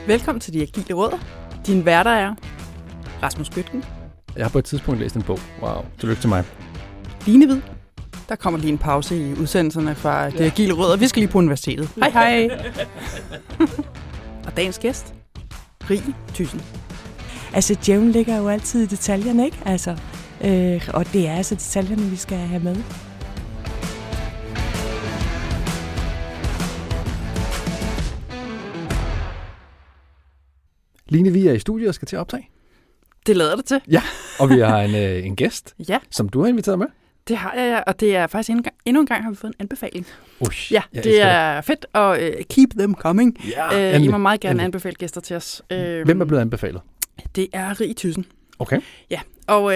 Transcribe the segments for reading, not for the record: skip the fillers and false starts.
Velkommen til De Agile Rødder. Din værter er Rasmus Bøtgen. Jeg har på et tidspunkt læst en bog. Wow, tillykke til mig. Line Hvid. Der kommer lige en pause i udsendelserne fra De Agile Rødder. Vi skal lige på universitetet. Hej hej. Og dagens gæst, Rie Thyssen. Altså, djævlen ligger jo altid i detaljerne, ikke? Altså, og det er altså detaljerne, vi skal have med. Line, vi er i studiet og skal til at optage. Det lader det til. Ja, og vi har en gæst, Ja, som du har inviteret med. det har jeg, og det er faktisk endnu en gang har vi fået en anbefaling. Ja, jeg det er fedt, og keep them coming. Ja, I må meget gerne anbefale gæster til os. Hvem er blevet anbefalet? Det er Rie Thyssen. Okay. Ja, og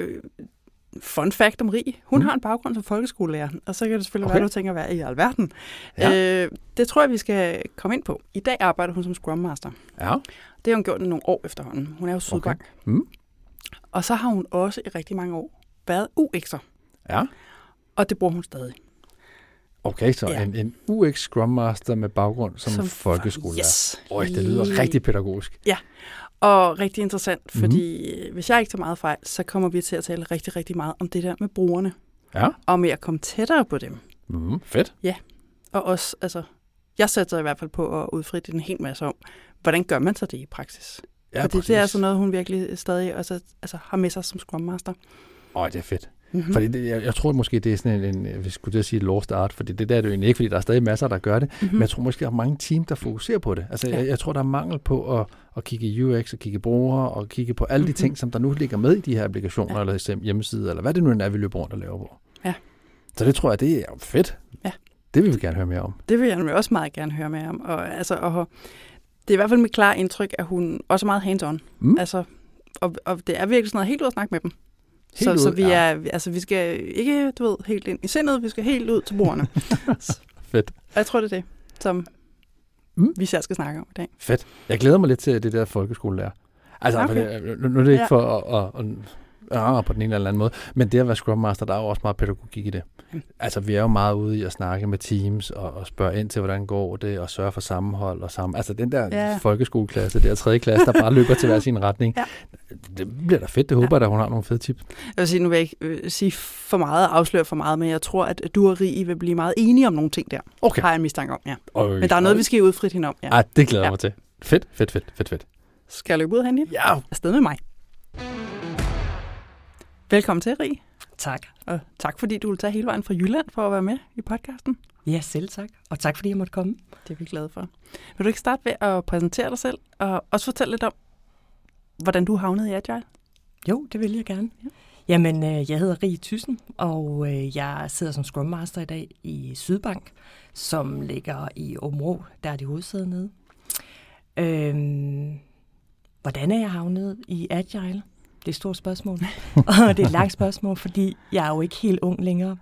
fun fact om Rie. Hun har en baggrund som folkeskolelærer, og så kan det selvfølgelig være, du tænker, hvad i alverden. Ja. Det tror jeg, vi skal komme ind på. I dag arbejder hun som Scrum Master. Ja. Det har hun gjort i nogle år efterhånden. Hun er jo Sydbank. Okay. Mm. Og så har hun også i rigtig mange år været UX'er. Ja. Og det bruger hun stadig. Okay, så en UX Scrum Master med baggrund som folkeskolelærer. Yes. Det lyder rigtig pædagogisk. Ja, og rigtig interessant, fordi hvis jeg ikke tager meget fejl, så kommer vi til at tale rigtig, rigtig meget om det der med brugerne. Ja. Og med at komme tættere på dem. Fedt. Ja, og også, altså, jeg sætter i hvert fald på at udfritte en hel masse om, hvordan gør man så det i praksis? Ja, fordi det er sådan noget, hun virkelig stadig også, altså, har med sig som Scrum Master. Det er fedt. Mm-hmm. Fordi jeg tror måske, det er sådan en hvis skulle til at sige lost art, fordi det der er det jo egentlig ikke, fordi der er stadig masser, der gør det, men jeg tror måske, der er mange team, der fokuserer på det. Altså, jeg tror, der er mangel på at kigge i UX, og kigge i brugere, og kigge på alle de ting, som der nu ligger med i de her applikationer, eller hjemmesider, eller hvad det nu er, vi løber rundt og laver på. Ja. Så det tror jeg, det er fedt. Ja. Det vil vi gerne høre mere om. Det vil jeg også meget gerne høre mere om. Og, altså, det er i hvert fald mit klare indtryk, at hun også er meget hands-on. Altså, og det er virkelig sådan noget helt ud at snakke med dem. Så vi vi skal ikke, helt ind i sindet, vi skal helt ud til bordene. Fedt. Og jeg tror, det er det, som vi selv skal snakke om i dag. Fedt. Jeg glæder mig lidt til det der folkeskolelærer. Altså, okay. Nu er det ikke for på den ene eller anden måde, men det at være Scrum Master, der er jo også meget pædagogik i det. Altså, vi er jo meget ude i at snakke med teams og spørge ind til, hvordan går det, og sørge for sammenhold og sammen. Altså, den der folkeskoleklasse, der 3. klasse, der bare løber til hver sin retning. Ja. Det bliver da fedt. Det håber jeg, at hun har nogle fede tips. Jeg vil sige, nu vil jeg ikke sige for meget, afsløre for meget, men jeg tror, at du og Rie vil blive meget enige om nogle ting der. Okay. Har jeg en mistanke om, ja. Men der er noget, vi skal udfrit hende om. Ja. Det glæder jeg mig til. Fedt. Skal jeg løbe ud, Henrik? Ja. Afsted med mig. Velkommen til, Rie. Tak. Og tak, fordi du vil tage hele vejen fra Jylland for at være med i podcasten. Ja, selv tak. Og tak, fordi jeg måtte komme. Det er vi glade for. Vil du ikke starte ved at præsentere dig selv, og også fortælle lidt om, hvordan du havnede i Agile? Jo, det vil jeg gerne. Ja. Jamen, jeg hedder Rie Thyssen, og jeg sidder som Scrum Master i dag i Sydbank, som ligger i Aabenraa, der er det hovedsæde nede. Hvordan er jeg havnet i Agile? Det er et stort spørgsmål, og det er et langt spørgsmål, fordi jeg er jo ikke helt ung længere.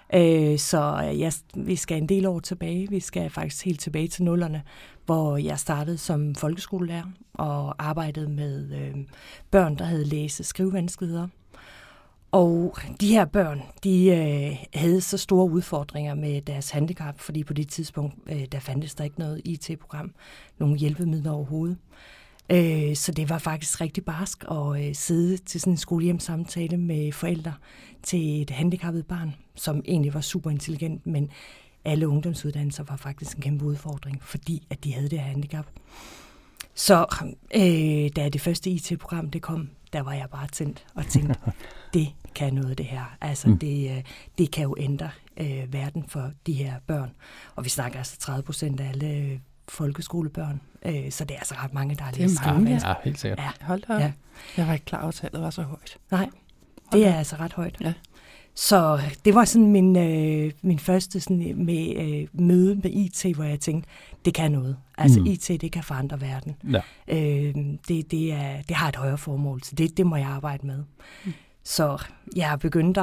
Vi skal en del år tilbage. Vi skal faktisk helt tilbage til 0'erne, hvor jeg startede som folkeskolelærer og arbejdede med børn, der havde læse- og skrivevanskeligheder. Og de her børn, de havde så store udfordringer med deres handicap, fordi på det tidspunkt, der fandtes der ikke noget IT-program, nogen hjælpemidler overhovedet. Så det var faktisk rigtig barsk at sidde til sådan en skolehjemsamtale med forældre til et handicappet barn, som egentlig var super intelligent, men alle ungdomsuddannelser var faktisk en kæmpe udfordring, fordi at de havde det her handicap. Så da det første IT-program det kom, der var jeg bare tændt og tænkte, det kan noget det her. Altså det kan jo ændre verden for de her børn. Og vi snakker altså 30% af alle folkeskolebørn. Så det er altså ret mange, der har læst. Det er mange, ja. Helt sikkert. Ja, hold da op. Ja. Jeg var ikke klar over, at tallet var så højt. Nej, det er altså ret højt. Ja. Så det var sådan min første sådan, møde med IT, hvor jeg tænkte, det kan noget. Altså IT, det kan forandre verden. Ja. Det har et højere formål, så det må jeg arbejde med. Så jeg har begyndt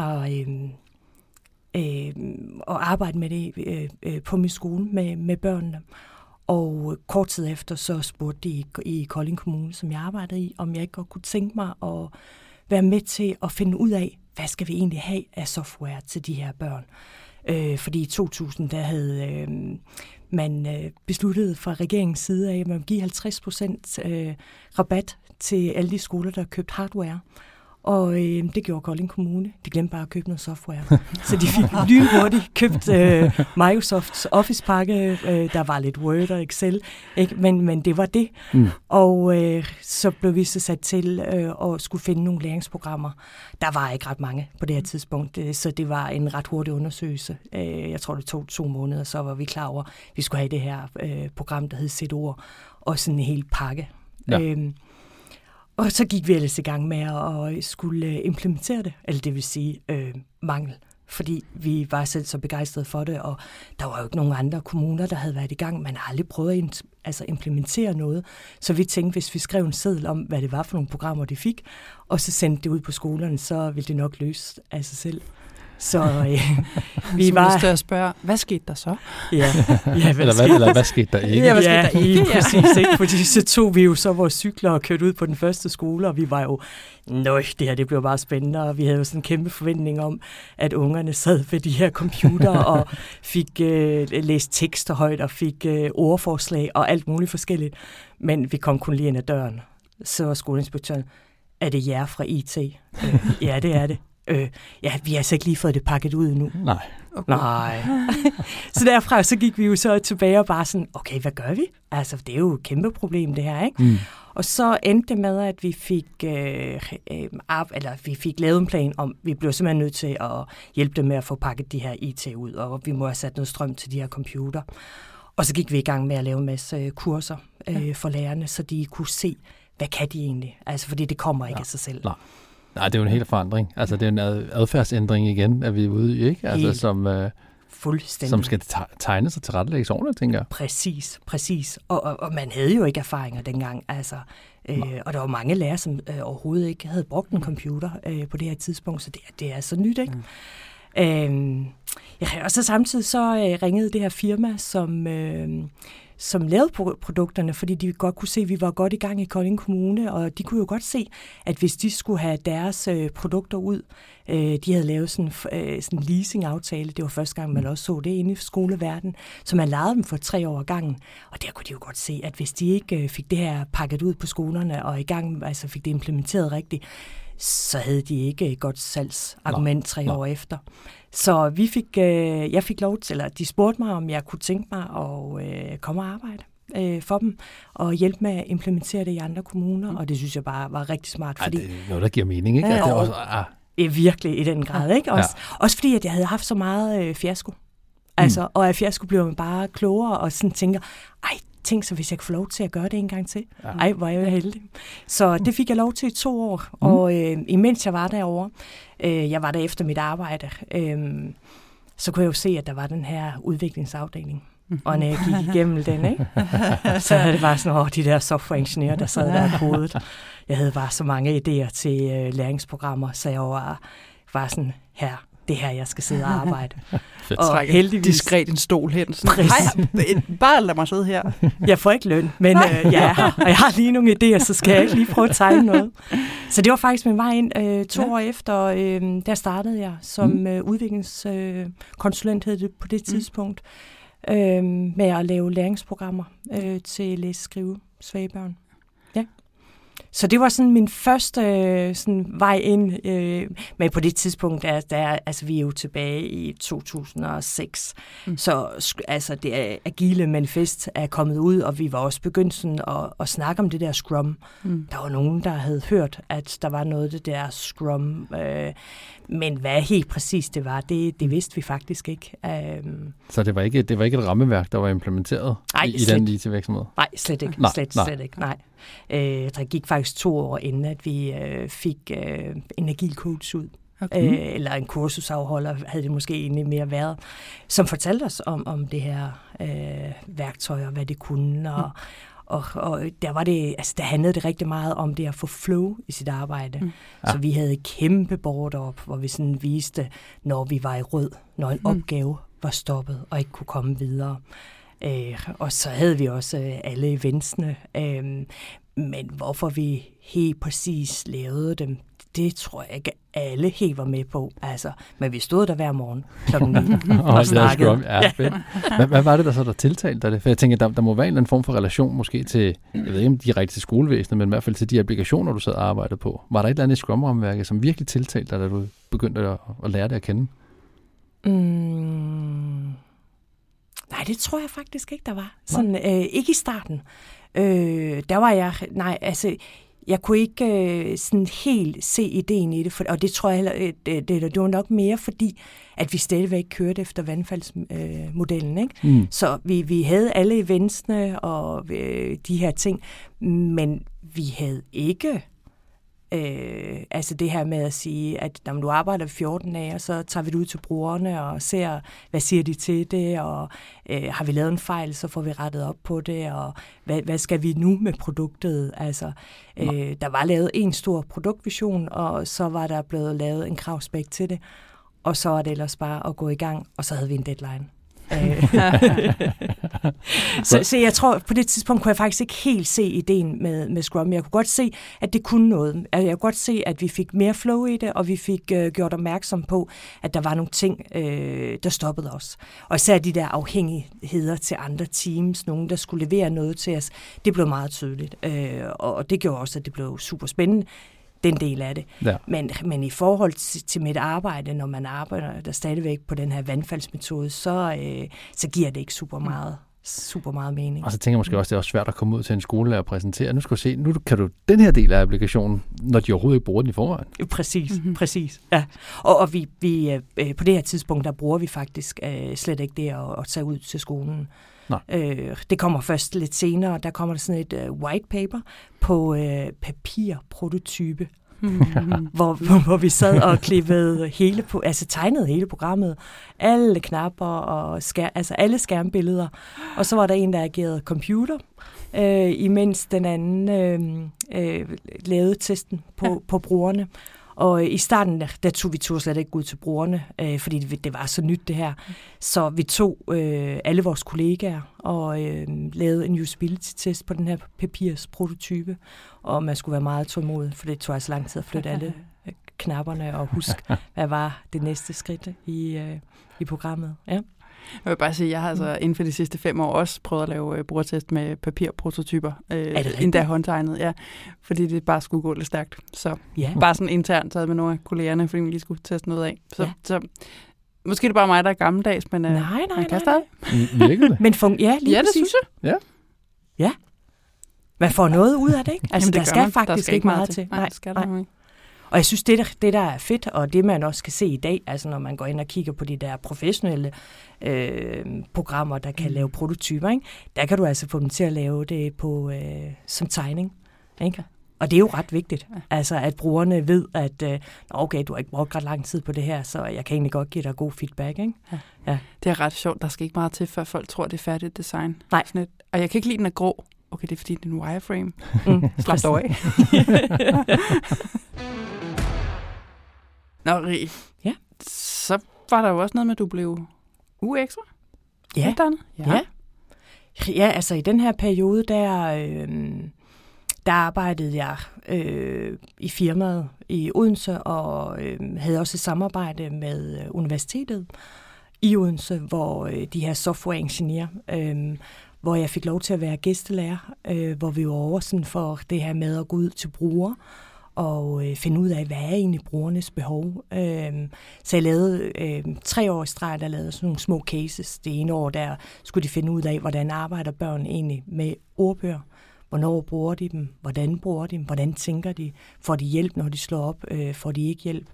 at arbejde med det på min skole med børnene. Og kort tid efter, så spurgte de i Kolding Kommune, som jeg arbejdede i, om jeg ikke godt kunne tænke mig at være med til at finde ud af, hvad skal vi egentlig have af software til de her børn. Fordi i 2000, der havde man besluttet fra regeringens side af, at man ville give 50% rabat til alle de skoler, der købte hardware. Og det gjorde Kolding Kommune. De glemte bare at købe noget software. Så de fik lynhurtigt købt Microsofts Office-pakke. Der var lidt Word og Excel, ikke? Men det var det. Og så blev vi så sat til at skulle finde nogle læringsprogrammer. Der var ikke ret mange på det her tidspunkt, så det var en ret hurtig undersøgelse. Jeg tror, det tog 2 måneder, så var vi klar over, at vi skulle have det her program, der hed Set-ord, og sådan en hel pakke. Ja. Og så gik vi ellers i gang med at skulle implementere det, eller det vil sige mangel, fordi vi var selv så begejstrede for det, og der var jo ikke nogen andre kommuner, der havde været i gang. Man har aldrig prøvet at implementere noget, så vi tænkte, hvis vi skrev en seddel om, hvad det var for nogle programmer, de fik, og så sendte det ud på skolerne, så ville det nok løse af sig selv. Så vi var... Så spørge, hvad skete der så? Ja, hvad skete der ikke? Ja, hvad skete der ikke? Præcis, ikke? Fordi så tog vi jo så vores cykler og kørte ud på den første skole, og vi var jo, det her det blev bare spændende, og vi havde jo sådan en kæmpe forventning om, at ungerne sad ved de her computer og fik læst tekster højt og fik ordforslag og alt muligt forskelligt. Men vi kom kun lige ind ad døren. Så var skoleinspektøren, er det jer fra IT? Ja, det er det. Vi har altså ikke lige fået det pakket ud endnu. Nej. Okay. Nej. Så derfra så gik vi jo så tilbage og bare sådan, okay, hvad gør vi? Altså, det er jo et kæmpe problem, det her, ikke? Og så endte det med, at vi fik lavet en plan om, vi blev simpelthen nødt til at hjælpe dem med at få pakket de her IT ud, og vi må have sat noget strøm til de her computer. Og så gik vi i gang med at lave en masse kurser for lærerne, så de kunne se, hvad kan de egentlig? Altså, fordi det kommer ikke af sig selv. Nej, det er jo en helt forandring. Altså, det er en adfærdsændring igen, at vi er ude i, ikke? Altså, som skal tegnes og tilrettelægges ordentligt, tænker jeg. Præcis. Og man havde jo ikke erfaringer dengang, altså. Og der var mange lærere, som overhovedet ikke havde brugt en computer på det her tidspunkt, så det er så nyt, ikke? Og så samtidig så ringede det her firma, som lavede produkterne, fordi de godt kunne se, at vi var godt i gang i Kolding Kommune, og de kunne jo godt se, at hvis de skulle have deres produkter ud, de havde lavet sådan en leasing-aftale, det var første gang, man også så det inde i skoleverdenen, så man lejede dem for 3 år ad gangen, og der kunne de jo godt se, at hvis de ikke fik det her pakket ud på skolerne, og i gang, altså fik det implementeret rigtigt, så havde de ikke et godt salgsargument 3 år efter. Så jeg fik lov til, eller de spurgte mig, om jeg kunne tænke mig at komme og arbejde for dem, og hjælpe med at implementere det i andre kommuner, og det synes jeg bare var rigtig smart. Fordi, det er noget, der giver mening, ikke? Det er også, virkelig i den grad, ikke? Også fordi, at jeg havde haft så meget fiasko. Altså, og af fiasko blev man bare klogere, og sådan tænker, tænk så, hvis jeg kunne få lov til at gøre det en gang til. Ja. Hvor er jeg heldig. Så det fik jeg lov til i 2 år, og imens jeg var derovre, jeg var der efter mit arbejde, så kunne jeg jo se, at der var den her udviklingsafdeling. Og når jeg gik igennem den, ikke? Så havde det bare sådan, de der softwareingeniører, der sad der i hovedet. Jeg havde bare så mange idéer til læringsprogrammer, så jeg var sådan, det her, jeg skal sidde og arbejde. Og heldigvis diskret en stol hen. Bare lad mig sidde her. Jeg får ikke løn, men jeg har lige nogle idéer, så skal jeg ikke lige prøve at tegne noget. Så det var faktisk min vej ind 2 år efter. Der startede jeg som udviklingskonsulent, hed det på det tidspunkt, med at lave læringsprogrammer til læse-skrive svage børn. Ja. Så det var sådan min første vej ind, men på det tidspunkt, vi er jo tilbage i 2006, så altså det agile manifest er kommet ud, og vi var også begyndt sådan at snakke om det der Scrum. Der var nogen, der havde hørt, at der var noget af det der Scrum, men hvad helt præcis det var, det vidste vi faktisk ikke. Så det var ikke et rammeværk, der var implementeret i den IT-virksomhed? Nej, slet ikke. Slet ikke, nej. Der gik faktisk 2 år inden, at vi fik en agil coach ud. Okay. Eller en kursusafholder, havde det måske egentlig mere været, som fortalte os om det her værktøj, og hvad det kunne, og der var det, altså der handlede det rigtig meget om det at få flow i sit arbejde. Så vi havde et kæmpe board op, hvor vi sådan viste, når vi var i rød, når en opgave var stoppet og ikke kunne komme videre. Og så havde vi også alle eventsene, men hvorfor vi helt præcis lavede dem, det tror jeg ikke alle helt var med på. Altså, men vi stod der hver morgen klokken 9 og snakkede. Ja, fedt. Hvad var det, der tiltalte dig det? For jeg tænker, der må være en eller anden form for relation måske til, jeg ved ikke om direkte til skolevæsenet, men i hvert fald til de applikationer, du sad og arbejdede på. Var der et eller andet i Scrum-ramværket, som virkelig tiltalte dig, da du begyndte at lære det at kende? Nej, det tror jeg faktisk ikke, der var. Sådan, ikke i starten. Der var jeg... Nej, altså... Jeg kunne ikke sådan helt se ideen i det, og det tror jeg heller, det var nok mere fordi, at vi stadigvæk kørte efter vandfaldsmodellen, ikke? Så vi havde alle eventsene og de her ting, men vi havde ikke altså det her med at sige, at når du arbejder 14 dage, og så tager vi det ud til brugerne og ser, hvad siger de til det, og har vi lavet en fejl, så får vi rettet op på det, og hvad skal vi nu med produktet? Altså, der var lavet en stor produktvision, og så var der blevet lavet en kravspæk til det, og så var det ellers bare at gå i gang, og så havde vi en deadline. så jeg tror, på det tidspunkt kunne jeg faktisk ikke helt se ideen med Scrum. Jeg kunne godt se, at det kunne noget. Jeg kunne godt se, at vi fik mere flow i det, og vi fik gjort opmærksom på, at der var nogle ting, der stoppede os. Og især de der afhængigheder til andre teams, nogen der skulle levere noget til os, det blev meget tydeligt. Og det gjorde også, at det blev super spændende, den del af det. Ja. Men i forhold til mit arbejde, når man arbejder der stadigvæk på den her vandfaldsmetode, så giver det ikke super meget mening. Og så tænker jeg måske også, det er også svært at komme ud til en skole og præsentere. Nu skal du se, nu kan du den her del af applikationen, når de overhovedet ikke bruger den i forvejen. Præcis. Ja. Og vi på det her tidspunkt, der bruger vi faktisk slet ikke det at tage ud til skolen. Det kommer først lidt senere. Der kommer der sådan et white paper på papirprototype, hvor vi sad og klippede tegnede hele programmet, alle knapper og alle skærmbilleder. Og så var der en, der agerede computer, imens den anden lavede testen på brugerne. Og i starten, der tog vi slet ikke ud til brugerne, fordi det var så nyt det her. Så vi tog alle vores kollegaer og lavede en usability-test på den her papirsprototype. Og man skulle være meget tålmodig, for det tog altså lang tid at flytte alle knapperne og huske, hvad var det næste skridt i programmet. Ja. Jeg vil bare sige, at jeg har altså inden for de sidste 5 år også prøvet at lave brugertest med papirprototyper. Endda håndtegnet, ja. Fordi det bare skulle gå lidt stærkt. Så bare sådan internt sad med nogle af kollegerne, fordi man lige skulle teste noget af. Så måske er det bare mig, der er gammeldags, men nej. kan stadig. Men lige det synes jeg. Ja. Man får noget ud af det, ikke? Altså, der skal faktisk ikke meget til. Nej, det skal der ikke. Og jeg synes, det der er fedt, og det man også kan se i dag, altså når man går ind og kigger på de der professionelle programmer, der kan lave prototyper, ikke? Der kan du altså få dem til at lave det på som tegning. Ikke? Og det er jo ret vigtigt, altså at brugerne ved, at okay, du har ikke brugt ret lang tid på det her, så jeg kan egentlig godt give dig god feedback. Ikke? Ja. Det er ret sjovt, der skal ikke meget til, før folk tror, det er færdigt design. Nej. Og jeg kan ikke lide, den er grå. Okay, det er fordi, det er en wireframe. Slap dig af. Nå, Rie. Ja. Så var der jo også noget med, at du blev UX'er. Ja, altså i den her periode, der arbejdede jeg i firmaet i Odense, og havde også et samarbejde med universitetet i Odense, hvor de her softwareingeniører, hvor jeg fik lov til at være gæstelærer, hvor vi var over sådan for det her med at gå ud til brugere, og finde ud af, hvad er egentlig brugernes behov. Så jeg lavede 3 år i streg, der lavede sådan nogle små cases. Det ene år, der skulle de finde ud af, hvordan arbejder børn egentlig med ordbøger. Hvornår bruger de dem? Hvordan bruger de dem? Hvordan tænker de? Får de hjælp, når de slår op? Får de ikke hjælp?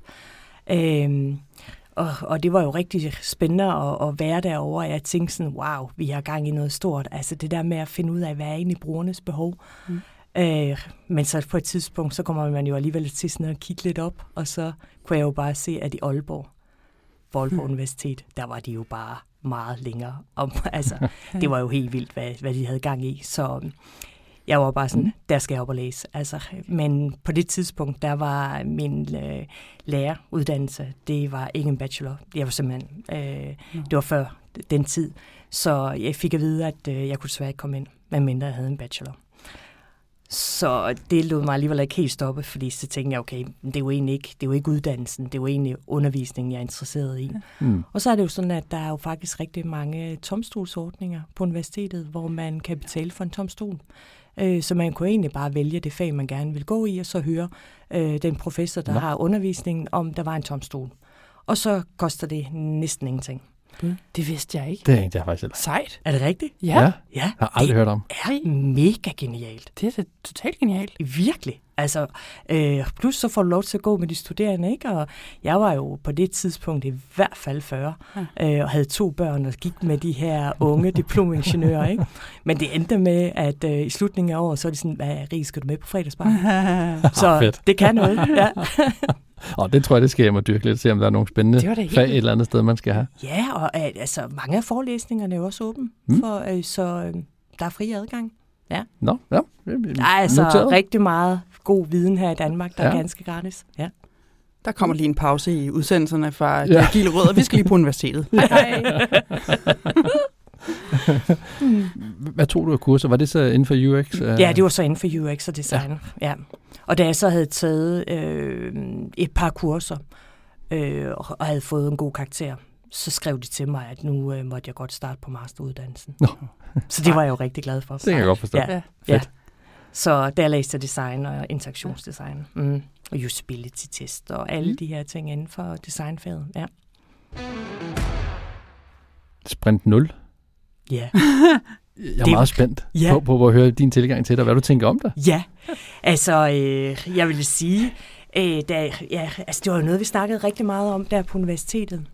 Og det var jo rigtig spændende at være derovre, og jeg tænkte sådan, wow, vi har gang i noget stort. Altså det der med at finde ud af, hvad er egentlig brugernes behov? Men så på et tidspunkt, så kommer man jo alligevel til sådan at kigge lidt op, og så kunne jeg jo bare se, at i Aalborg Universitet, der var de jo bare meget længere om. Altså, det var jo helt vildt, hvad de havde gang i. Så jeg var bare sådan, der skal jeg op og læse. Altså, men på det tidspunkt, der var min læreruddannelse, det var ikke en bachelor. Jeg var simpelthen, det var før den tid. Så jeg fik at vide, at jeg kunne desværre ikke komme ind, medmindre jeg havde en bachelor. Så det lod mig alligevel ikke helt stoppe, fordi så tænkte jeg, okay, det er jo ikke uddannelsen, det er jo egentlig undervisningen, jeg er interesseret i. Og så er det jo sådan, at der er jo faktisk rigtig mange tomstolsordninger på universitetet, hvor man kan betale for en tomstol. Så man kunne egentlig bare vælge det fag, man gerne vil gå i, og så høre den professor, der har undervisningen, om der var en tomstol. Og så koster det næsten ingenting. Det vidste jeg ikke. Det er jeg faktisk heller. Sejt. Er det rigtigt? Ja. Har aldrig hørt om. Det er mega genialt. Det er da totalt genialt. Virkelig. Altså, plus så får du lov til at gå med de studerende, ikke? Og jeg var jo på det tidspunkt i hvert fald 40, og havde 2 børn og gik med de her unge diplomingeniører, ikke? Men det endte med, at i slutningen af året, så er det sådan, hvad Rie, skal du med på fredagsbar? Så det kan noget, ja. Og det tror jeg, det skal jeg må dyrke lidt, se om der er nogle spændende fag et eller andet sted, man skal have. Ja, og altså, mange af forelæsningerne er jo også åbne, så der er fri adgang. Ja. Ja. Der er altså rigtig meget god viden her i Danmark, der er ganske gratis. Ja. Der kommer lige en pause i udsendelserne fra De Agile Rødder. Vi skal lige på universitetet. Hej. Hvad tog du af kurser? Var det så inden for UX? Ja, det var så inden for UX og design. Ja. Og da jeg så havde taget et par kurser og havde fået en god karakter, så skrev de til mig, at nu måtte jeg godt starte på masteruddannelsen. Så det var jeg jo rigtig glad for. Det kan jeg godt forstå. Ja. Så der læste jeg design og interaktionsdesign og usability test og alle de her ting inden for designfaget. Ja. Sprint 0? Ja. Jeg er meget spændt på at høre din tilgang til det, og hvad du tænker om det. Ja, altså jeg vil sige, det var jo noget, vi snakkede rigtig meget om der på universitetet.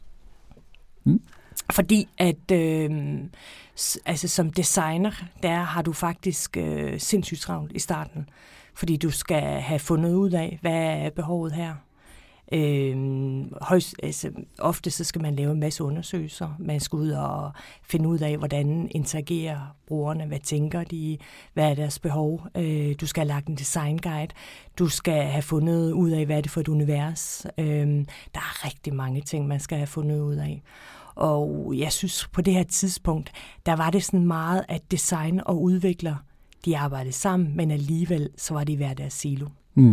Fordi at som designer, der har du faktisk sindssygt travlt i starten. Fordi du skal have fundet ud af, hvad er behovet her. Ofte så skal man lave en masse undersøgelser. Man skal ud og finde ud af, hvordan interagerer brugerne, hvad tænker de, hvad er deres behov. Du skal have lagt en designguide. Du skal have fundet ud af, hvad er det for et univers. Der er rigtig mange ting, man skal have fundet ud af. Og jeg synes, på det her tidspunkt, der var det sådan meget, at design og udvikler, de arbejdede sammen, men alligevel så var de i hver deres silo.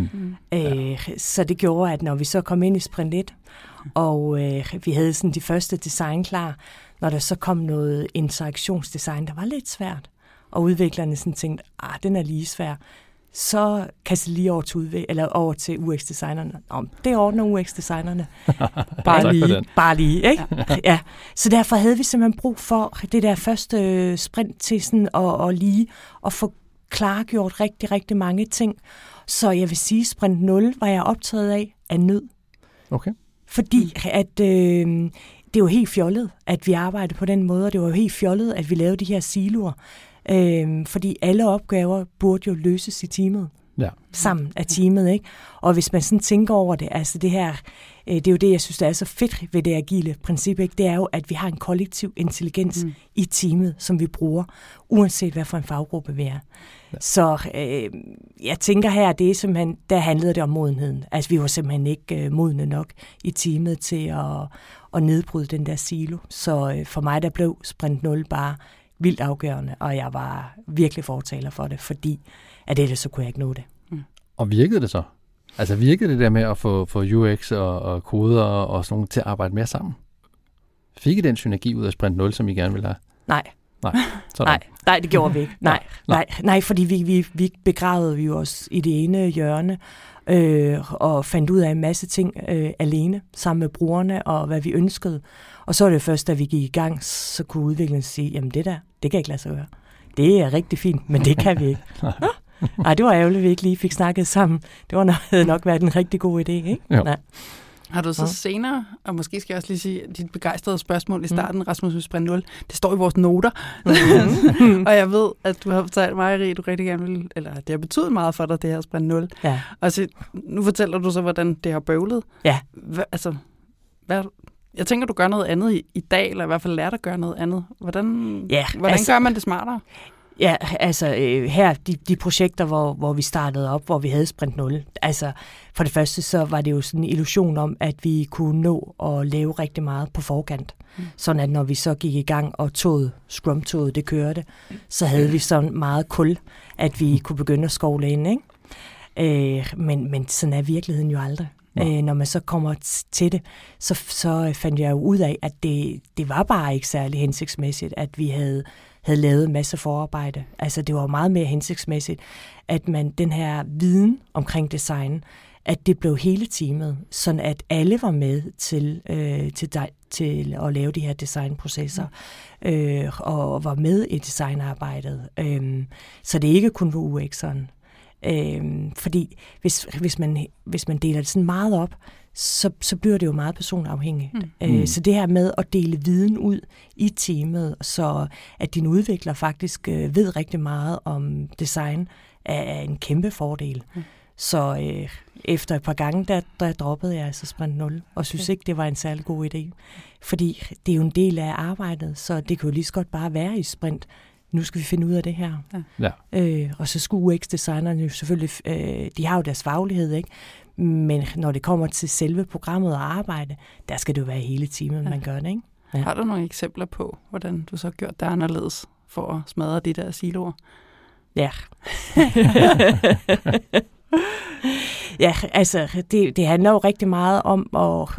Så det gjorde, at når vi så kom ind i Sprint 1, og vi havde sådan de første design klar, når der så kom noget interaktionsdesign, der var lidt svært, og udviklerne sådan tænkte, den er lige svær, så kaster lige over til UX-designerne. Det ordner UX-designerne. Bare lige, ikke? Ja. Så derfor havde vi simpelthen brug for det der første sprint til sådan at få klargjort rigtig, rigtig mange ting. Så jeg vil sige, Sprint 0 var jeg optaget af nød. Okay. Fordi at det er jo helt fjollet, at vi arbejdede på den måde, og det var jo helt fjollet, at vi lavede de her siloer. Fordi alle opgaver burde jo løses i teamet. Ja. Sammen af teamet, ikke? Og hvis man sådan tænker over det, altså det her, det er jo det, jeg synes, der er så fedt ved det agile princip, ikke? Det er jo, at vi har en kollektiv intelligens i teamet, som vi bruger, uanset hvad for en faggruppe vi er. Ja. Så jeg tænker her, det er simpelthen, der handlede det om modenheden. Altså vi var simpelthen ikke modne nok i teamet til at nedbryde den der silo. Så for mig, der blev Sprint 0 bare vildt afgørende, og jeg var virkelig fortaler for det, fordi at det så kunne jeg ikke nå det. Og virkede det så? Altså virkede det der med at få UX og koder og sådan nogle til at arbejde mere sammen? Fik I den synergi ud af Sprint 0, som I gerne ville have? Nej, det gjorde vi ikke. Nej, fordi vi begravede jo os i det ene hjørne og fandt ud af en masse ting alene, sammen med brugerne og hvad vi ønskede. Og så var det først, da vi gik i gang, så kunne udvikleren sige, jamen det kan jeg ikke lade sig gøre. Det er rigtig fint, men det kan vi ikke. Nej, det var ærgerligt, vi ikke lige fik snakket sammen. Det havde nok været en rigtig god idé, ikke? Nej. Har du så senere, og måske skal jeg også lige sige, dit begejstrede spørgsmål i starten, Rasmus med Sprint 0, det står i vores noter. Og jeg ved, at du har fortalt mig, Rie, du rigtig gerne vil, eller det har betydet meget for dig, det her Sprint 0. Ja. Og så, nu fortæller du så, hvordan det har bøvlet. Ja. Jeg tænker, du gør noget andet i dag, eller i hvert fald lærer dig at gøre noget andet. Hvordan gør man det smartere? Ja, altså her, de projekter, hvor vi startede op, hvor vi havde Sprint 0, altså for det første, så var det jo sådan en illusion om, at vi kunne nå at lave rigtig meget på forkant. Sådan at når vi så gik i gang, og Scrum-toget, det kørte, så havde vi så meget kul, at vi kunne begynde at skovle ind, ikke? Men sådan er virkeligheden jo aldrig. Når man så kommer til det, så fandt jeg jo ud af, at det var bare ikke særlig hensigtsmæssigt, at vi havde lavet en masse forarbejde. Altså det var meget mere hensigtsmæssigt, at man den her viden omkring design, at det blev hele teamet, sådan at alle var med til at lave de her designprocesser, og var med i designarbejdet. Så det ikke kun var UX'eren. Fordi hvis man deler det sådan meget op, så bliver det jo meget personafhængigt. Så det her med at dele viden ud i teamet, så at dine udviklere faktisk ved rigtig meget om design, er en kæmpe fordel. Så efter et par gange, der droppede jeg altså Sprint 0, og synes ikke, det var en særlig god idé. Fordi det er jo en del af arbejdet, så det kan jo lige så godt bare være i Sprint. Nu skal vi finde ud af det her. Ja. Og så skulle UX-designerne jo selvfølgelig, de har jo deres faglighed, ikke? Men når det kommer til selve programmet og arbejde, der skal det jo være hele teamet, man gør det, ikke? Ja. Har du nogle eksempler på, hvordan du så har gjort det anderledes for at smadre de der siloer? Ja. Ja, altså det handler jo rigtig meget om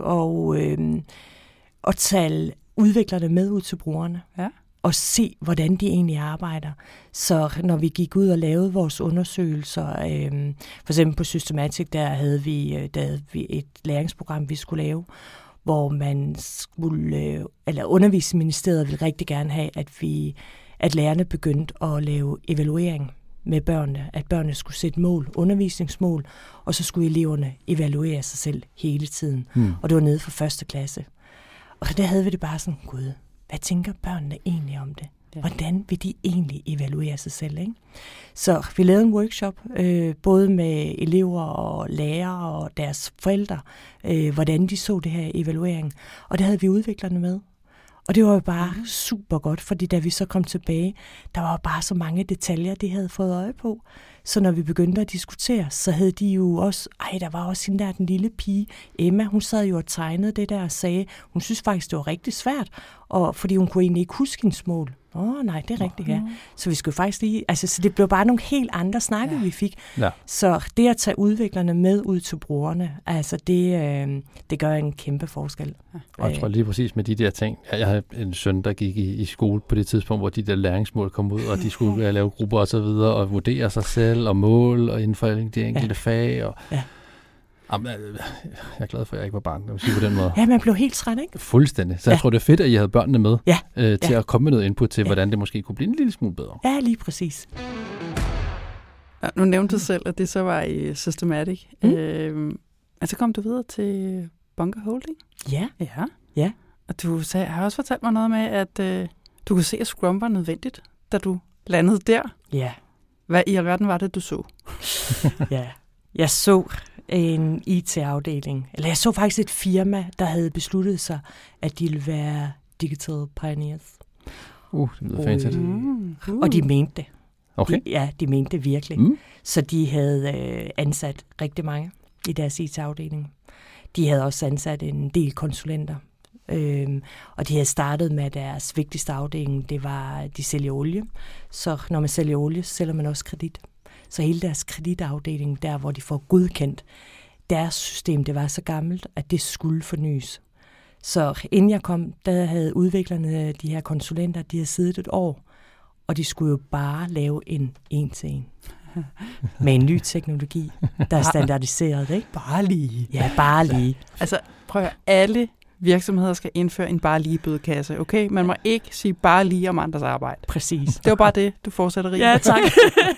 at tage udviklerne med ud til brugerne. Ja. Og se, hvordan de egentlig arbejder. Så når vi gik ud og lavede vores undersøgelser, for eksempel på Systematic, der havde vi et læringsprogram, vi skulle lave, hvor man skulle, eller Undervisningsministeriet ville rigtig gerne have, at lærerne begyndte at lave evaluering med børnene, at børnene skulle sætte mål, undervisningsmål, og så skulle eleverne evaluere sig selv hele tiden. Og det var nede for 1. klasse. Og der havde vi det bare sådan, gud, hvad tænker børnene egentlig om det? Hvordan vil de egentlig evaluere sig selv? Ikke? Så vi lavede en workshop, både med elever og lærere og deres forældre, hvordan de så det her evaluering. Og det havde vi udviklerne med. Og det var jo bare super godt, fordi da vi så kom tilbage, der var bare så mange detaljer, de havde fået øje på. Så når vi begyndte at diskutere, så havde de jo også, der var også hende der, den lille pige, Emma, hun sad jo og tegnede det der og sagde, hun synes faktisk, det var rigtig svært, og fordi hun kunne egentlig ikke huske hendes mål. Nej, det er rigtigt, ja. Så vi skulle faktisk lige, så det blev bare nogle helt andre snakke, vi fik. Ja. Så det at tage udviklerne med ud til brugerne, det gør en kæmpe forskel. Ja. Og jeg tror lige præcis med de der ting, jeg havde en søn, der gik i skole på det tidspunkt, hvor de der læringsmål kom ud, og de skulle lave grupper og så videre, og vurdere sig selv, og mål, og inden for de enkelte fag, og... Ja. Jeg er glad for, at jeg ikke var barn, jeg vil sige på den måde. Ja, man blev helt træt, ikke? Fuldstændig. Så jeg tror, det er fedt, at I havde børnene med til at komme med noget input til, hvordan det måske kunne blive en lille smule bedre. Ja, lige præcis. Ja, nu nævnte du selv, at det så var i Systematic. Så kom du videre til Bunker Holding. Ja. Og du har også fortalt mig noget med, at du kunne se, at Scrum var nødvendigt, da du landede der. Ja. Hvad i alverden var det, du så? Ja, jeg så en IT-afdeling. Eller jeg så faktisk et firma, der havde besluttet sig, at de ville være digital pioneers. Det lyder fantastisk. Og de mente det. Okay. De mente det virkelig. Så de havde ansat rigtig mange i deres IT-afdeling. De havde også ansat en del konsulenter. Og de havde startet med deres vigtigste afdeling, det var, de sælger olie. Så når man sælger olie, så sælger man også kredit. Så hele deres kreditafdeling, der hvor de får godkendt, deres system, det var så gammelt, at det skulle fornyes. Så inden jeg kom, der havde udviklerne, de her konsulenter, de havde siddet et år, og de skulle jo bare lave en til en. Med en ny teknologi, der er standardiseret, ikke? Bare lige. Ja, bare lige. Altså, prøv at alle virksomheder skal indføre en bare lige bødekasse, okay? Man må ikke sige bare lige om andres arbejde. Præcis. Det var bare det, du fortsætter rigtig. Ja, tak.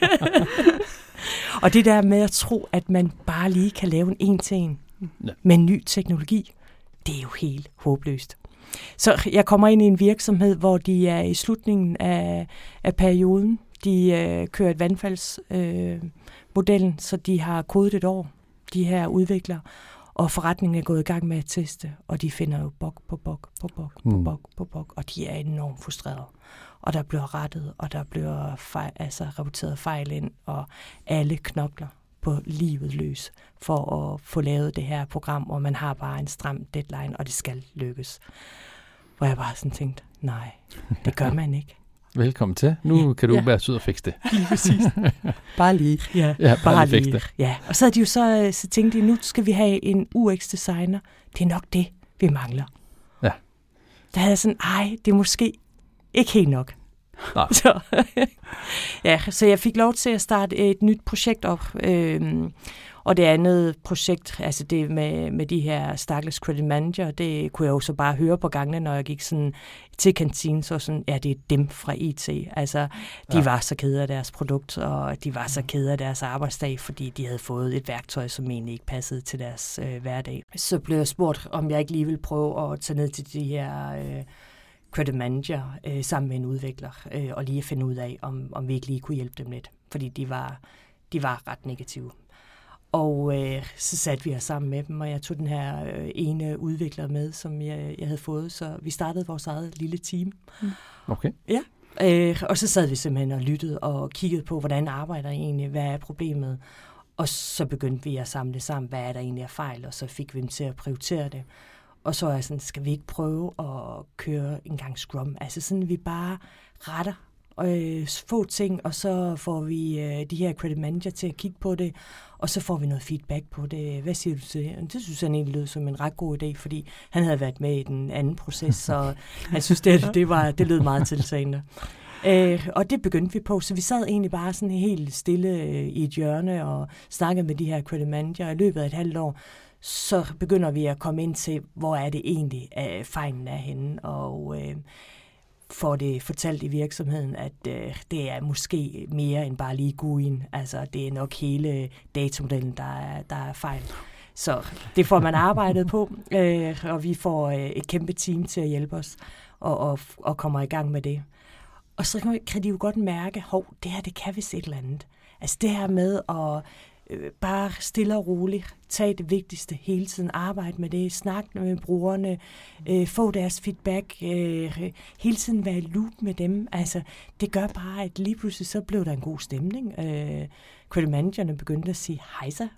Og det der med at tro, at man bare lige kan lave en til en med en ny teknologi, det er jo helt håbløst. Så jeg kommer ind i en virksomhed, hvor de er i slutningen af perioden. De kører et vandfaldsmodellen, så de har kodet et år, de her udviklere. Og forretningen er gået i gang med at teste, og de finder jo bug på bug, og de er enormt frustrerede. Og der bliver rettet, og der bliver rapporteret fejl ind, og alle knokler på livet løs for at få lavet det her program, og man har bare en stram deadline, og det skal lykkes. Hvor jeg bare sådan tænkte, nej, det gør man ikke. Velkommen til. Nu kan du være sød og fikse det. Lige præcis. Bare lige. Ja, bare lige fikse det. Ja. Og så havde de jo så tænkt, nu skal vi have en UX-designer. Det er nok det, vi mangler. Ja. Der havde jeg sådan, det er måske ikke helt nok. Nej. Så jeg fik lov til at starte et nyt projekt op. Og det andet projekt, altså det med de her stakkels credit manager, det kunne jeg jo så bare høre på gangene, når jeg gik sådan til kantinen, så sådan, det er dem fra IT. Altså, de var så kede af deres produkt, og de var så kede af deres arbejdsdag, fordi de havde fået et værktøj, som egentlig ikke passede til deres hverdag. Så blev jeg spurgt, om jeg ikke lige ville prøve at tage ned til de her credit manager sammen med en udvikler, og lige at finde ud af, om vi ikke lige kunne hjælpe dem lidt, fordi de var ret negative. Og så satte vi os sammen med dem, og jeg tog den her ene udvikler med, som jeg havde fået, så vi startede vores eget lille team. Okay. Ja, og så sad vi simpelthen og lyttede og kiggede på, hvordan arbejder egentlig, hvad er problemet, og så begyndte vi at samle sammen, hvad er der egentlig af fejl, og så fik vi dem til at prioritere det. Og så er jeg sådan, skal vi ikke prøve at køre en gang Scrum? Altså sådan, vi bare retter få ting, og så får vi de her credit manager til at kigge på det, og så får vi noget feedback på det. Hvad siger du til? Og det synes han egentlig lød som en ret god idé, fordi han havde været med i den anden proces, så han synes, det lød meget tiltalende. Og det begyndte vi på, så vi sad egentlig bare sådan helt stille i et hjørne og snakkede med de her credit manager. I løbet af et halvt år, så begynder vi at komme ind til, hvor er det egentlig, fejlen er henne, og får det fortalt i virksomheden, at det er måske mere end bare lige GUI'en. Altså, det er nok hele datamodellen, der er fejl. Så det får man arbejdet på, og vi får et kæmpe team til at hjælpe os, og kommer i gang med det. Og så kan de jo godt mærke, det her, det kan vist et eller andet. Altså det her med at bare stille og roligt, tage det vigtigste hele tiden, arbejde med det, snakke med brugerne, få deres feedback, hele tiden være i loop med dem. Altså, det gør bare, at lige pludselig så blev der en god stemning. Credit managerne begyndte at sige, hej så.